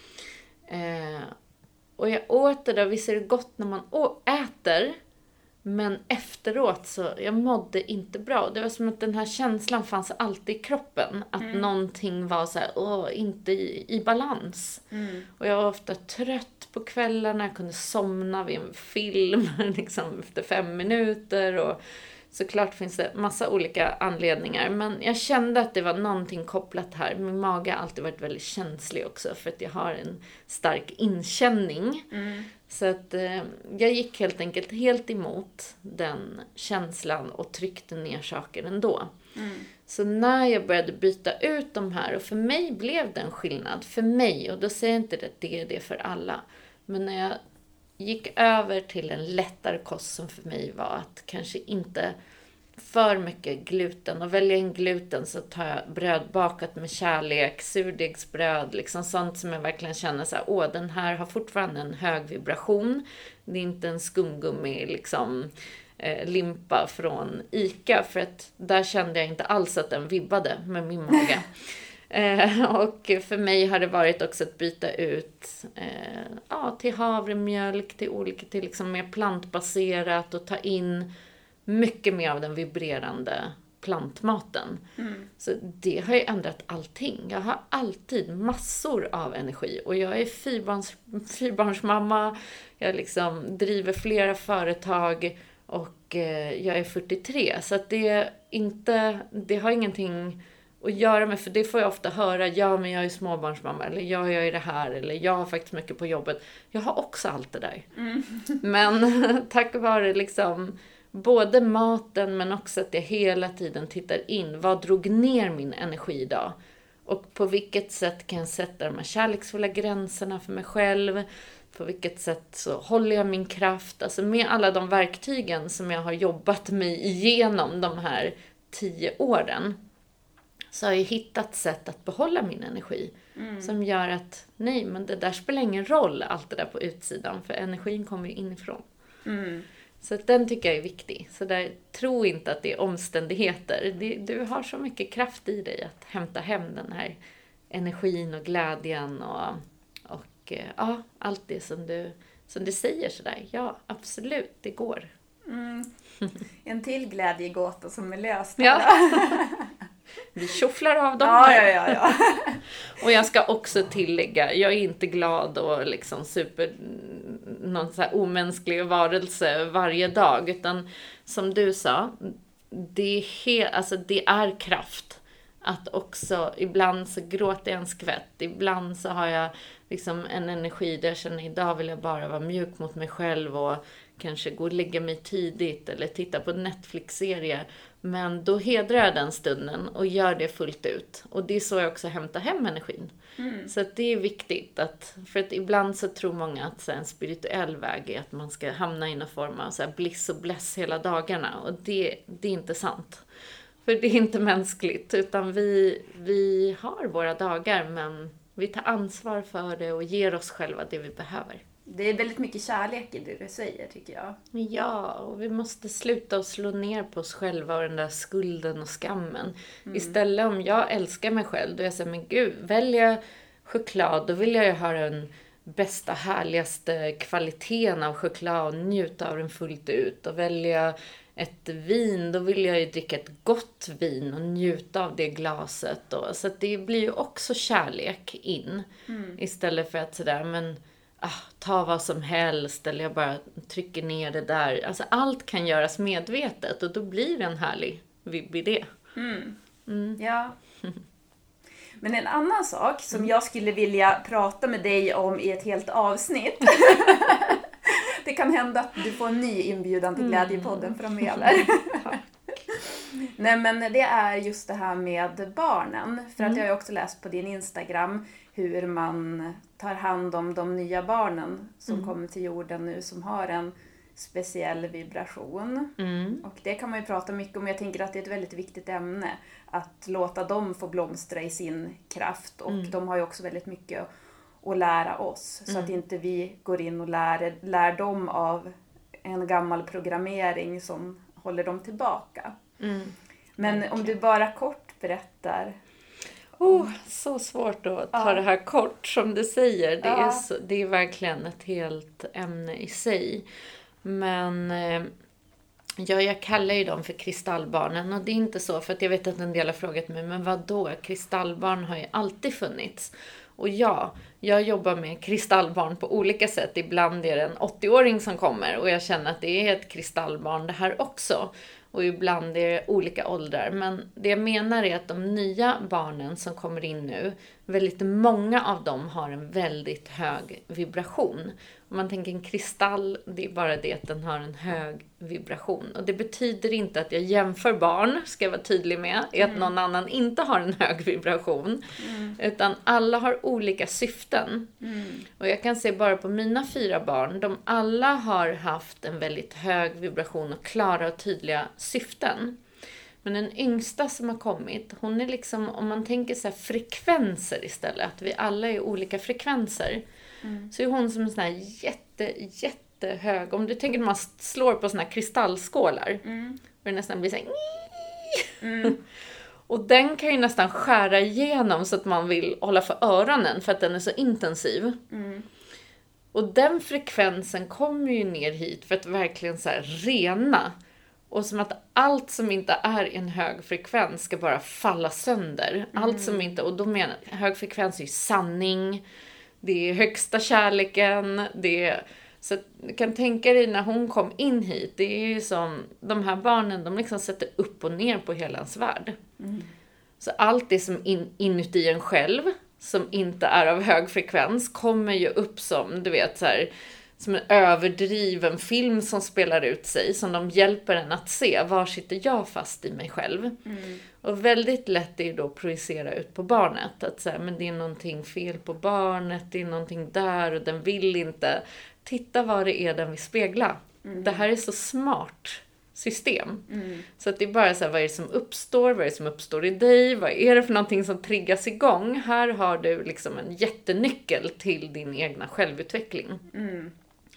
Eh, och jag åt det där, visst är det gott när man äter, men efteråt så, jag mådde inte bra. Det var som att den här känslan fanns alltid i kroppen. Att mm. någonting var så här, åh, inte i, i balans. Mm. Och jag var ofta trött på kvällarna, jag kunde somna vid en film liksom efter fem minuter och såklart finns det massa olika anledningar. Men jag kände att det var någonting kopplat här. Min mage har alltid varit väldigt känslig också. För att jag har en stark inkänning. Mm. Så att eh, jag gick helt enkelt helt emot den känslan. Och tryckte ner saker ändå. Mm. Så när jag började byta ut de här. Och för mig blev det en skillnad. För mig. Och då säger jag inte att det är det för alla. Men när jag gick över till en lättare kost som för mig var att kanske inte för mycket gluten. Och välja in gluten så tar jag bröd bakat med kärlek, surdegsbröd, liksom sånt som jag verkligen känner så här, åh, den här har fortfarande en hög vibration. Det är inte en skumgummi liksom eh, limpa från Ica, för att där kände jag inte alls att den vibbade med min mage. Eh, och för mig har det varit också att byta ut eh, ja, till havremjölk, till olika, till liksom mer plantbaserat och ta in mycket mer av den vibrerande plantmaten. Mm. Så det har ju ändrat allting. Jag har alltid massor av energi och jag är fyrbarns, fyrbarnsmamma, jag liksom driver flera företag och eh, jag är fyrtiotre, så att det är inte, det har ingenting och göra med, för det får jag ofta höra, ja men jag är småbarnsmamma, eller ja, jag är det här, eller jag har faktiskt mycket på jobbet. Jag har också allt det där. Mm. Men tack vare liksom både maten men också att jag hela tiden tittar in, vad drog ner min energi idag? Och på vilket sätt kan jag sätta de här kärleksfulla gränserna för mig själv? På vilket sätt så håller jag min kraft? Alltså med alla de verktygen som jag har jobbat mig igenom de här tio åren. Så har jag hittat sätt att behålla min energi. Mm. Som gör att, nej men det där spelar ingen roll allt det där på utsidan. För energin kommer ju inifrån. Mm. Så att den tycker jag är viktig. Så där, tro inte att det är omständigheter. Det, du har så mycket kraft i dig att hämta hem den här energin och glädjen. Och, och ja, allt det som du, som du säger sådär. Ja, absolut, det går. Mm. En till glädjegåta som är löst. Ja. Vi tjofflar av dem ja, ja, ja, ja. Och jag ska också tillägga, jag är inte glad och liksom super någon så här omänsklig varelse varje dag, utan som du sa, det är, he- alltså, det är kraft att också, ibland så gråter jag en skvätt, ibland så har jag liksom en energi där jag känner, idag vill jag bara vara mjuk mot mig själv och kanske gå och lägga mig tidigt eller titta på Netflix-serier. Men då hedrar jag den stunden och gör det fullt ut. Och det är så jag också hämtar hem energin. Mm. Så att det är viktigt. Att, för att ibland så tror många att så här, en spirituell väg är att man ska hamna i någon form av så här, bliss och bless hela dagarna. Och det, det är inte sant. För det är inte mänskligt. Utan vi, vi har våra dagar, men vi tar ansvar för det och ger oss själva det vi behöver. det är väldigt mycket kärlek i det du säger, tycker jag. Ja, och vi måste sluta att slå ner på oss själva och den där skulden och skammen. Mm. Istället om jag älskar mig själv, då är jag så här, men gud, väljer jag choklad, då vill jag ju ha den bästa, härligaste kvaliteten av choklad och njuta av den fullt ut. Och väljer jag ett vin, då vill jag ju dricka ett gott vin och njuta av det glaset då. Så att det blir ju också kärlek in. Mm. Istället för att sådär, men ah, ta vad som helst eller jag bara trycker ner det där. Alltså allt kan göras medvetet och då blir det en härlig vibb i det. Mm. Mm. Ja. Men en annan sak som jag skulle vilja prata med dig om i ett helt avsnitt. Det kan hända att du får en ny inbjudan till Glädjepodden framöver. Nej, men det är just det här med barnen. För att jag har ju också läst på din Instagram hur man tar hand om de nya barnen som mm. kommer till jorden nu, som har en speciell vibration. Mm. Och det kan man ju prata mycket om. Jag tänker att det är ett väldigt viktigt ämne. Att låta dem få blomstra i sin kraft. Och mm. de har ju också väldigt mycket att lära oss. Så mm. att inte vi går in och lär, lär dem av en gammal programmering som håller dem tillbaka. Mm. Men okay. om du bara kort berättar. Oh, så svårt att ta ja. det här kort som du säger. Det, ja. är så, det är verkligen ett helt ämne i sig. Men eh, ja, jag kallar ju dem för kristallbarnen. Och det är inte så, för att jag vet att en del har frågat mig, men vad då? Kristallbarn har ju alltid funnits. Och ja, jag jobbar med kristallbarn på olika sätt. Ibland är det en åttio-åring som kommer och jag känner att det är ett kristallbarn det här också. Och ibland är det olika åldrar. Men det jag menar är att de nya barnen som kommer in nu, väldigt många av dem har en väldigt hög vibration. Om man tänker en kristall, det är bara det att den har en hög vibration. Och det betyder inte att jag jämför barn, ska jag vara tydlig med, är att någon annan inte har en hög vibration. Mm. Utan alla har olika syften. Mm. Och jag kan se bara på mina fyra barn, de alla har haft en väldigt hög vibration och klara och tydliga syften. Men den yngsta som har kommit, hon är liksom, om man tänker så här frekvenser istället, att vi alla är olika frekvenser. Mm. Så är hon som en sån här jätte, jättehög, om du tänker att man slår på såna här kristallskålar. Mm. Och det nästan blir så här, mm. Och den kan ju nästan skära igenom så att man vill hålla för öronen för att den är så intensiv. Mm. Och den frekvensen kommer ju ner hit för att verkligen så här rena. Och som att allt som inte är en hög frekvens ska bara falla sönder. Mm. Allt som inte, och då menar jag, hög frekvens är ju sanning. Det är högsta kärleken. Det är, så att du kan tänka dig när hon kom in hit. Det är ju som, de här barnen, de liksom sätter upp och ner på hela ens värld. Mm. Så allt det som in, inuti en själv, som inte är av hög frekvens, kommer ju upp som, du vet så här, som en överdriven film som spelar ut sig. Som de hjälper en att se. Var sitter jag fast i mig själv? Mm. Och väldigt lätt är det då att projicera ut på barnet. Att säga, men det är någonting fel på barnet. Det är någonting där och den vill inte. Titta vad det är den vill spegla. Mm. Det här är så smart system. Mm. Så att det är bara så här, vad är det som uppstår? Vad är det som uppstår i dig? Vad är det för någonting som triggas igång? Här har du liksom en jättenyckel till din egna självutveckling. Mm.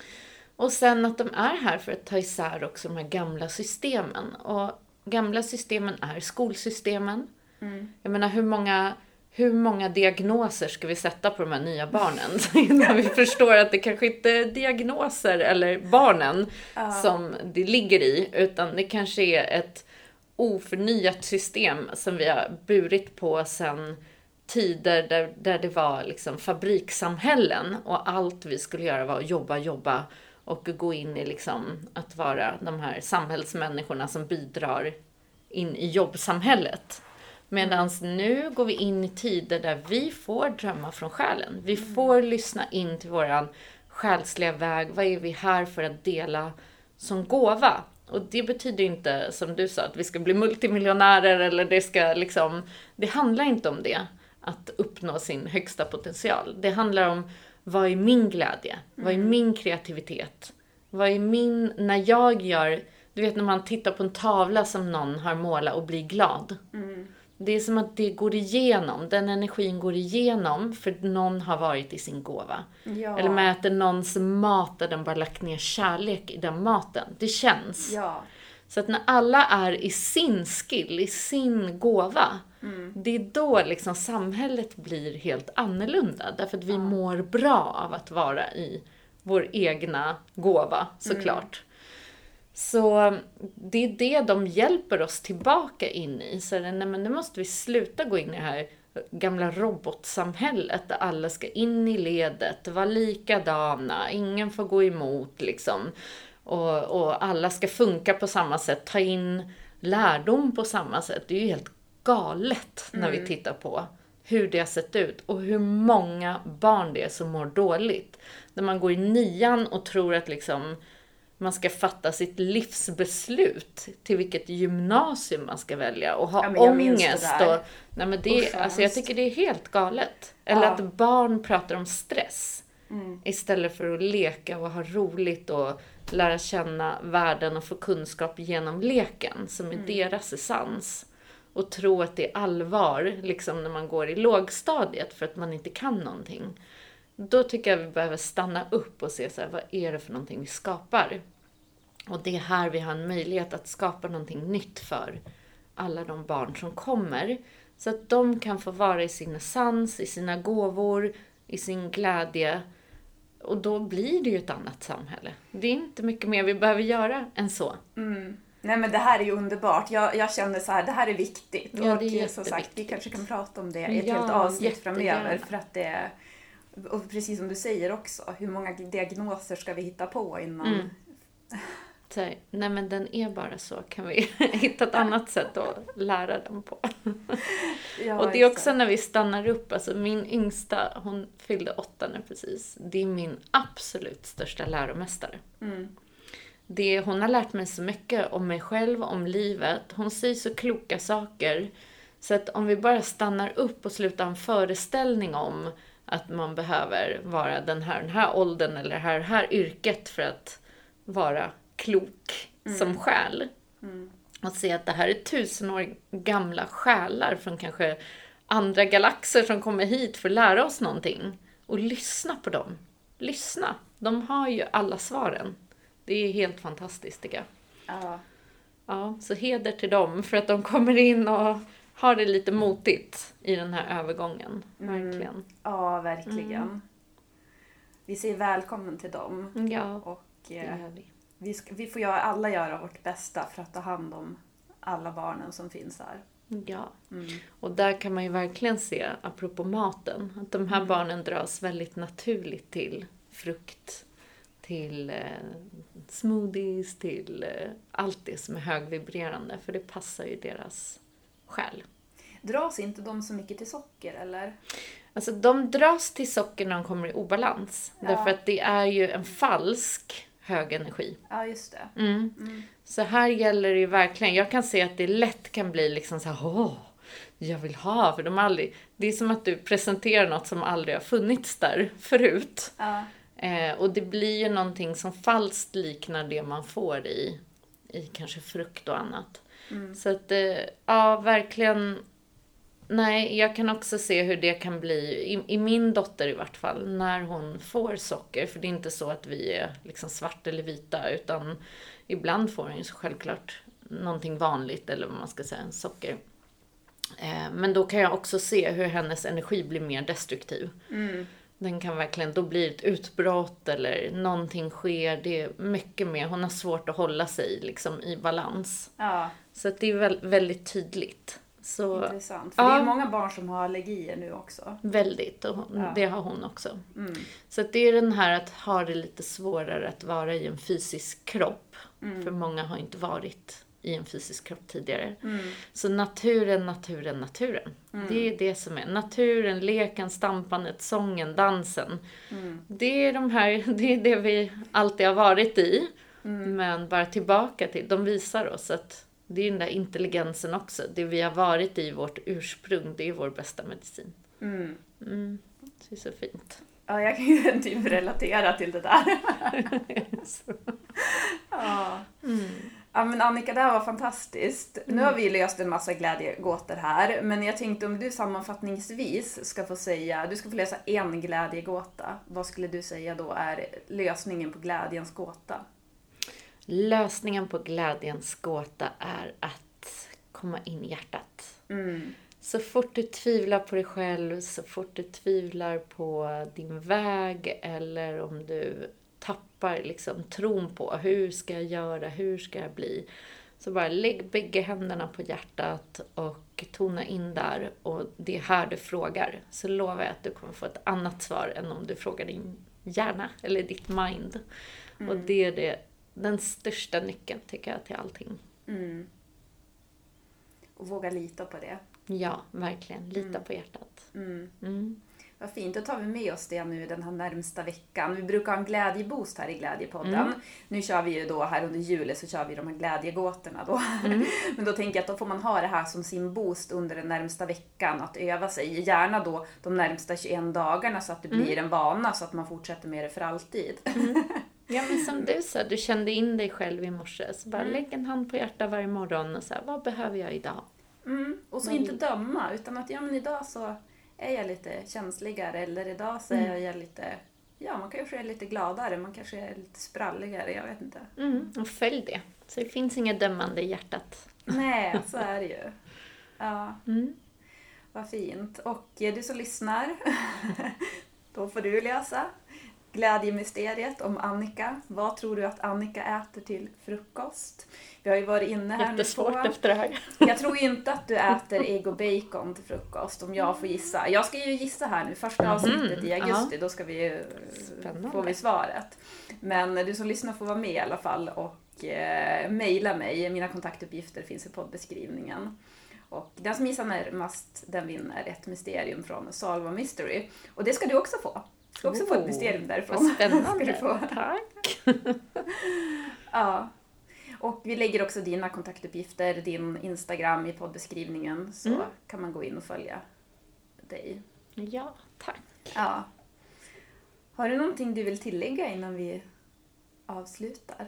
Och sen att de är här för att ta isär också de här gamla systemen. Och gamla systemen är skolsystemen. Mm. Jag menar, hur många, hur många diagnoser ska vi sätta på de här nya barnen? Innan vi förstår att det kanske inte är diagnoser eller barnen uh. som det ligger i. Utan det kanske är ett oförnyat system som vi har burit på sedan tider där, där det var liksom fabrikssamhällen. Och allt vi skulle göra var att jobba, jobba. Och gå in i liksom att vara de här samhällsmänniskorna som bidrar in i jobbsamhället. Medan mm. nu går vi in i tider där vi får drömma från själen. Vi mm. får lyssna in till våran själsliga väg. Vad är vi här för att dela som gåva? Och det betyder inte, som du sa, att vi ska bli multimiljonärer eller det ska liksom... Det handlar inte om det, att uppnå sin högsta potential. Det handlar om, vad är min glädje? Mm. Vad är min kreativitet? Vad är min... När jag gör... Du vet när man tittar på en tavla som någon har målat och blir glad. Mm. Det är som att det går igenom, den energin går igenom för någon har varit i sin gåva. Ja. Eller med att någons mat där den bara lagt ner kärlek i den maten. Det känns. Ja. Så att när alla är i sin skill, i sin gåva, mm. det är då liksom samhället blir helt annorlunda. Därför att vi ja. mår bra av att vara i vår egna gåva, såklart. Mm. Så det är det de hjälper oss tillbaka in i. Så nej, men nu måste vi sluta gå in i det här gamla robotsamhället där alla ska in i ledet, vara likadana, ingen får gå emot liksom. Och, och alla ska funka på samma sätt, ta in lärdom på samma sätt. Det är ju helt galet när mm. vi tittar på hur det har sett ut och hur många barn det är som mår dåligt. När man går i nian och tror att liksom man ska fatta sitt livsbeslut till vilket gymnasium man ska välja och ha ja, ångest. Och, nej men det, Usch, alltså jag tycker det är helt galet. Eller ja. att barn pratar om stress mm. istället för att leka och ha roligt och lära känna världen och få kunskap genom leken som är mm. deras essens. Och tro att det är allvar liksom när man går i lågstadiet för att man inte kan någonting. Då tycker jag vi behöver stanna upp och se så här, vad är det för någonting vi skapar? Och det är här vi har en möjlighet att skapa någonting nytt för alla de barn som kommer. Så att de kan få vara i sin essens, i sina gåvor, i sin glädje. Och då blir det ju ett annat samhälle. Det är inte mycket mer vi behöver göra än så. Mm. Nej men det här är ju underbart. Jag, jag känner så här, det här är viktigt. Ja, det är och som sagt, vi kanske kan prata om det i ett ja, helt avsnitt jättegärna. framöver. För att det, och precis som du säger också, hur många diagnoser ska vi hitta på innan... Mm. Så här, nej men den är bara så, kan vi hitta ett annat sätt att lära den på. Ja, och det är också när vi stannar upp, alltså min yngsta, hon fyllde åtta nu precis. Det är min absolut största läromästare. Mm. Det, hon har lärt mig så mycket om mig själv, om livet. Hon säger så kloka saker. Så att om vi bara stannar upp och slutar en föreställning om att man behöver vara den här, den här åldern eller det här, det här yrket för att vara klok mm. som själ. Mm. Och se att det här är tusen år gamla själar från kanske andra galaxer som kommer hit för att lära oss någonting. Och lyssna på dem. Lyssna. De har ju alla svaren. Det är helt fantastiskt tycker jag. Ja. Ja, så heder till dem för att de kommer in och har det lite motigt i den här övergången. Mm. Verkligen. Ja, verkligen. Mm. Vi säger välkommen till dem. Ja, och, det gör vi. Vi, ska, vi får göra, alla göra vårt bästa för att ta hand om alla barnen som finns här. Ja, mm. och där kan man ju verkligen se, apropå maten, att de här mm. barnen dras väldigt naturligt till frukt, till eh, smoothies, till eh, allt det som är högvibrerande, för det passar ju deras själ. Dras inte de så mycket till socker, eller? Alltså de dras till socker när de kommer i obalans, ja. Därför att det är ju en falsk hög energi. Ja, just det. Mm. Mm. Så här gäller det ju verkligen. Jag kan se att det lätt kan bli liksom så här, åh, jag vill ha. För de aldrig, det är som att du presenterar något som aldrig har funnits där förut. Ja. Eh, och det blir ju någonting som falskt liknar det man får i, i kanske frukt och annat. Mm. Så att, eh, ja, verkligen. Nej, jag kan också se hur det kan bli, i, i min dotter i vart fall, när hon får socker. För det är inte så att vi är liksom svart eller vita, utan ibland får hon ju så självklart någonting vanligt, eller vad man ska säga, socker. Eh, men då kan jag också se hur hennes energi blir mer destruktiv. Mm. Den kan verkligen, då blir det ett utbrott eller någonting sker. Det är mycket mer, hon har svårt att hålla sig liksom i balans. Ja. Så att det är väl, väldigt tydligt. Så, intressant, för ja, det är många barn som har allergier nu också. Väldigt, och hon, ja. det har hon också. Mm. Så att det är den här att ha det lite svårare att vara i en fysisk kropp. Mm. För många har inte varit i en fysisk kropp tidigare. Mm. Så naturen, naturen, naturen. Mm. Det är det som är. Naturen, leken, stampandet, sången, dansen. Mm. Det är de här, det är det vi alltid har varit i. Mm. Men bara tillbaka till, de visar oss att det är den där intelligensen också. Det vi har varit i vårt ursprung, det är vår bästa medicin. Mm. Mm. Det är så fint. Ja, jag kan ju typ relatera till det där. Ja. Mm. Ja men Annika, det här var fantastiskt. Mm. Nu har vi löst en massa glädjegåtor här. Men jag tänkte om du sammanfattningsvis ska få säga, du ska få läsa en glädjegåta. Vad skulle du säga då är lösningen på glädjens gåta? Lösningen på glädjens gåta är att komma in i hjärtat. Mm. Så fort du tvivlar på dig själv, så fort du tvivlar på din väg eller om du tappar liksom tron på hur ska jag göra, hur ska jag bli. Så bara lägg bägge händerna på hjärtat och tona in där. Och det är här du frågar. Så lovar jag att du kommer få ett annat svar än om du frågar din hjärna eller ditt mind. Mm. Och det är det, den största nyckeln tycker jag till allting. Mm. Och våga lita på det. Ja, verkligen. Lita mm. på hjärtat. Mm. Mm. Vad fint, då tar vi med oss det nu den här närmsta veckan. Vi brukar ha en glädjeboost här i Glädjepodden. Mm. Nu kör vi ju då här under juli så kör vi de här glädjegåtorna då. Mm. Men då tänker jag att då får man ha det här som sin boost under den närmsta veckan. Att öva sig, gärna då de närmsta tjugoen dagarna så att det blir mm. en vana så att man fortsätter med det för alltid. Mm. Ja men som du sa, du kände in dig själv i morse. Så bara mm. lägg en hand på hjärtat varje morgon och så här, vad behöver jag idag? Mm. Och så inte döma utan att ja men idag så är jag lite känsligare eller idag så är jag lite, ja man kanske är lite gladare, man kanske är lite spralligare, jag vet inte. Mm, och följ det. Så det finns inga dömande i hjärtat. Nej, så är det ju. Ja, mm. vad fint. Och du som lyssnar, då får du läsa Glädjemysteriet om Annika. Vad tror du att Annika äter till frukost? Vi har ju varit inne här Jättesvårt nu på. efter det här. Jag tror inte att du äter ägg och bacon till frukost om jag får gissa. Jag ska ju gissa här nu. Första avsnittet mm. i augusti, då ska vi ju, får vi svaret. Men du som lyssnar får vara med i alla fall och eh, mejla mig. Mina kontaktuppgifter finns i poddbeskrivningen. Och den som gissar närmast, den vinner ett mysterium från Solve a Mystery. Och det ska du också få. Du ska också oh, få ett mysterium därifrån. Vad spännande. Ska du få. Tack. Ja. Och vi lägger också dina kontaktuppgifter, din Instagram i poddbeskrivningen. Så mm. kan man gå in och följa dig. Ja, tack. Ja. Har du någonting du vill tillägga innan vi avslutar?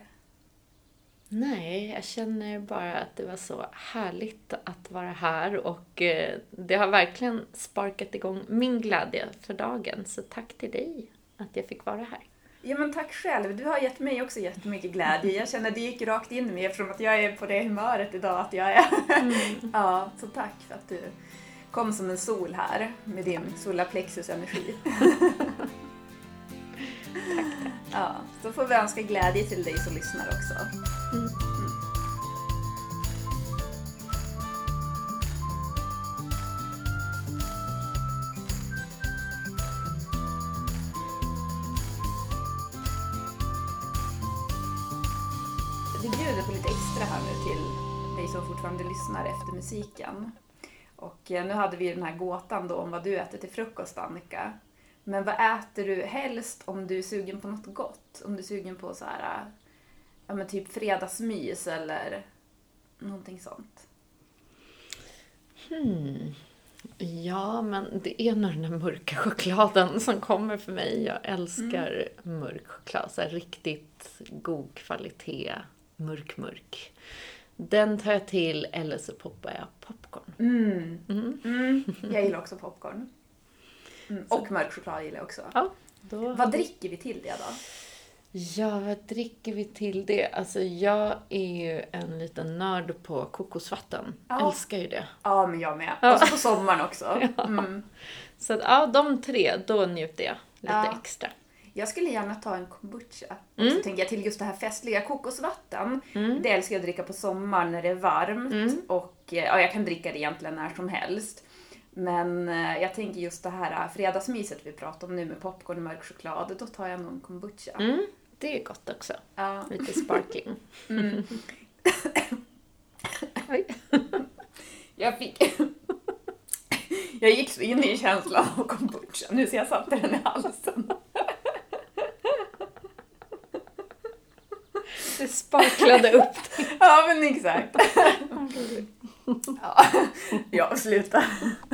Nej, jag känner bara att det var så härligt att vara här. Och det har verkligen sparkat igång min glädje för dagen. Så tack till dig att jag fick vara här. Ja men tack själv, du har gett mig också jättemycket glädje. Jag känner att det gick rakt in i mig eftersom att jag är på det humöret idag att jag är. Mm. Ja, så tack för att du kom som en sol här med din solarplexus-energi. Tack, tack. Ja, så får vi önska glädje till dig som lyssnar också. Mm. Mm. Vi bjuder på lite extra här nu till dig som fortfarande lyssnar efter musiken. Och nu hade vi den här gåtan då om vad du äter till frukost, Annika. Men vad äter du helst om du är sugen på något gott? Om du är sugen på så här, ja men typ fredagsmys eller någonting sånt. Hmm. Ja, men det är nog den där mörka chokladen som kommer för mig. Jag älskar mm. mörk choklad. Så här riktigt god kvalitet. Mörk, mörk. Den tar jag till eller så poppar jag popcorn. Mm. Mm. Mm. Jag gillar också popcorn. Mm. Och mörk choklad gillar jag också. Ja, då... Vad dricker vi till det då? Ja, vad dricker vi till det? Alltså jag är ju en liten nörd på kokosvatten. Ja. Älskar ju det. Ja, men jag med. Ja. Och så på sommaren också. Ja. Mm. Så att, ja, de tre, då njuter jag lite ja. extra. Jag skulle gärna ta en kombucha. Mm. Och så tänker jag till just det här festliga kokosvatten. Mm. Det älskar jag att dricka på sommaren när det är varmt. Mm. Och ja, jag kan dricka det egentligen när som helst. Men jag tänker just det här fredagsmyset vi pratar om nu med popcorn och mörk choklad. Då tar jag någon kombucha. Mm. Det är gott också. Ja. Lite sparkling. Mm. Oj. Jag fick... Jag gick så in i känslan av kombucha. Nu ser jag satte den i halsen. Det sparklade upp. Ja, men exakt. Ja, jag slutar.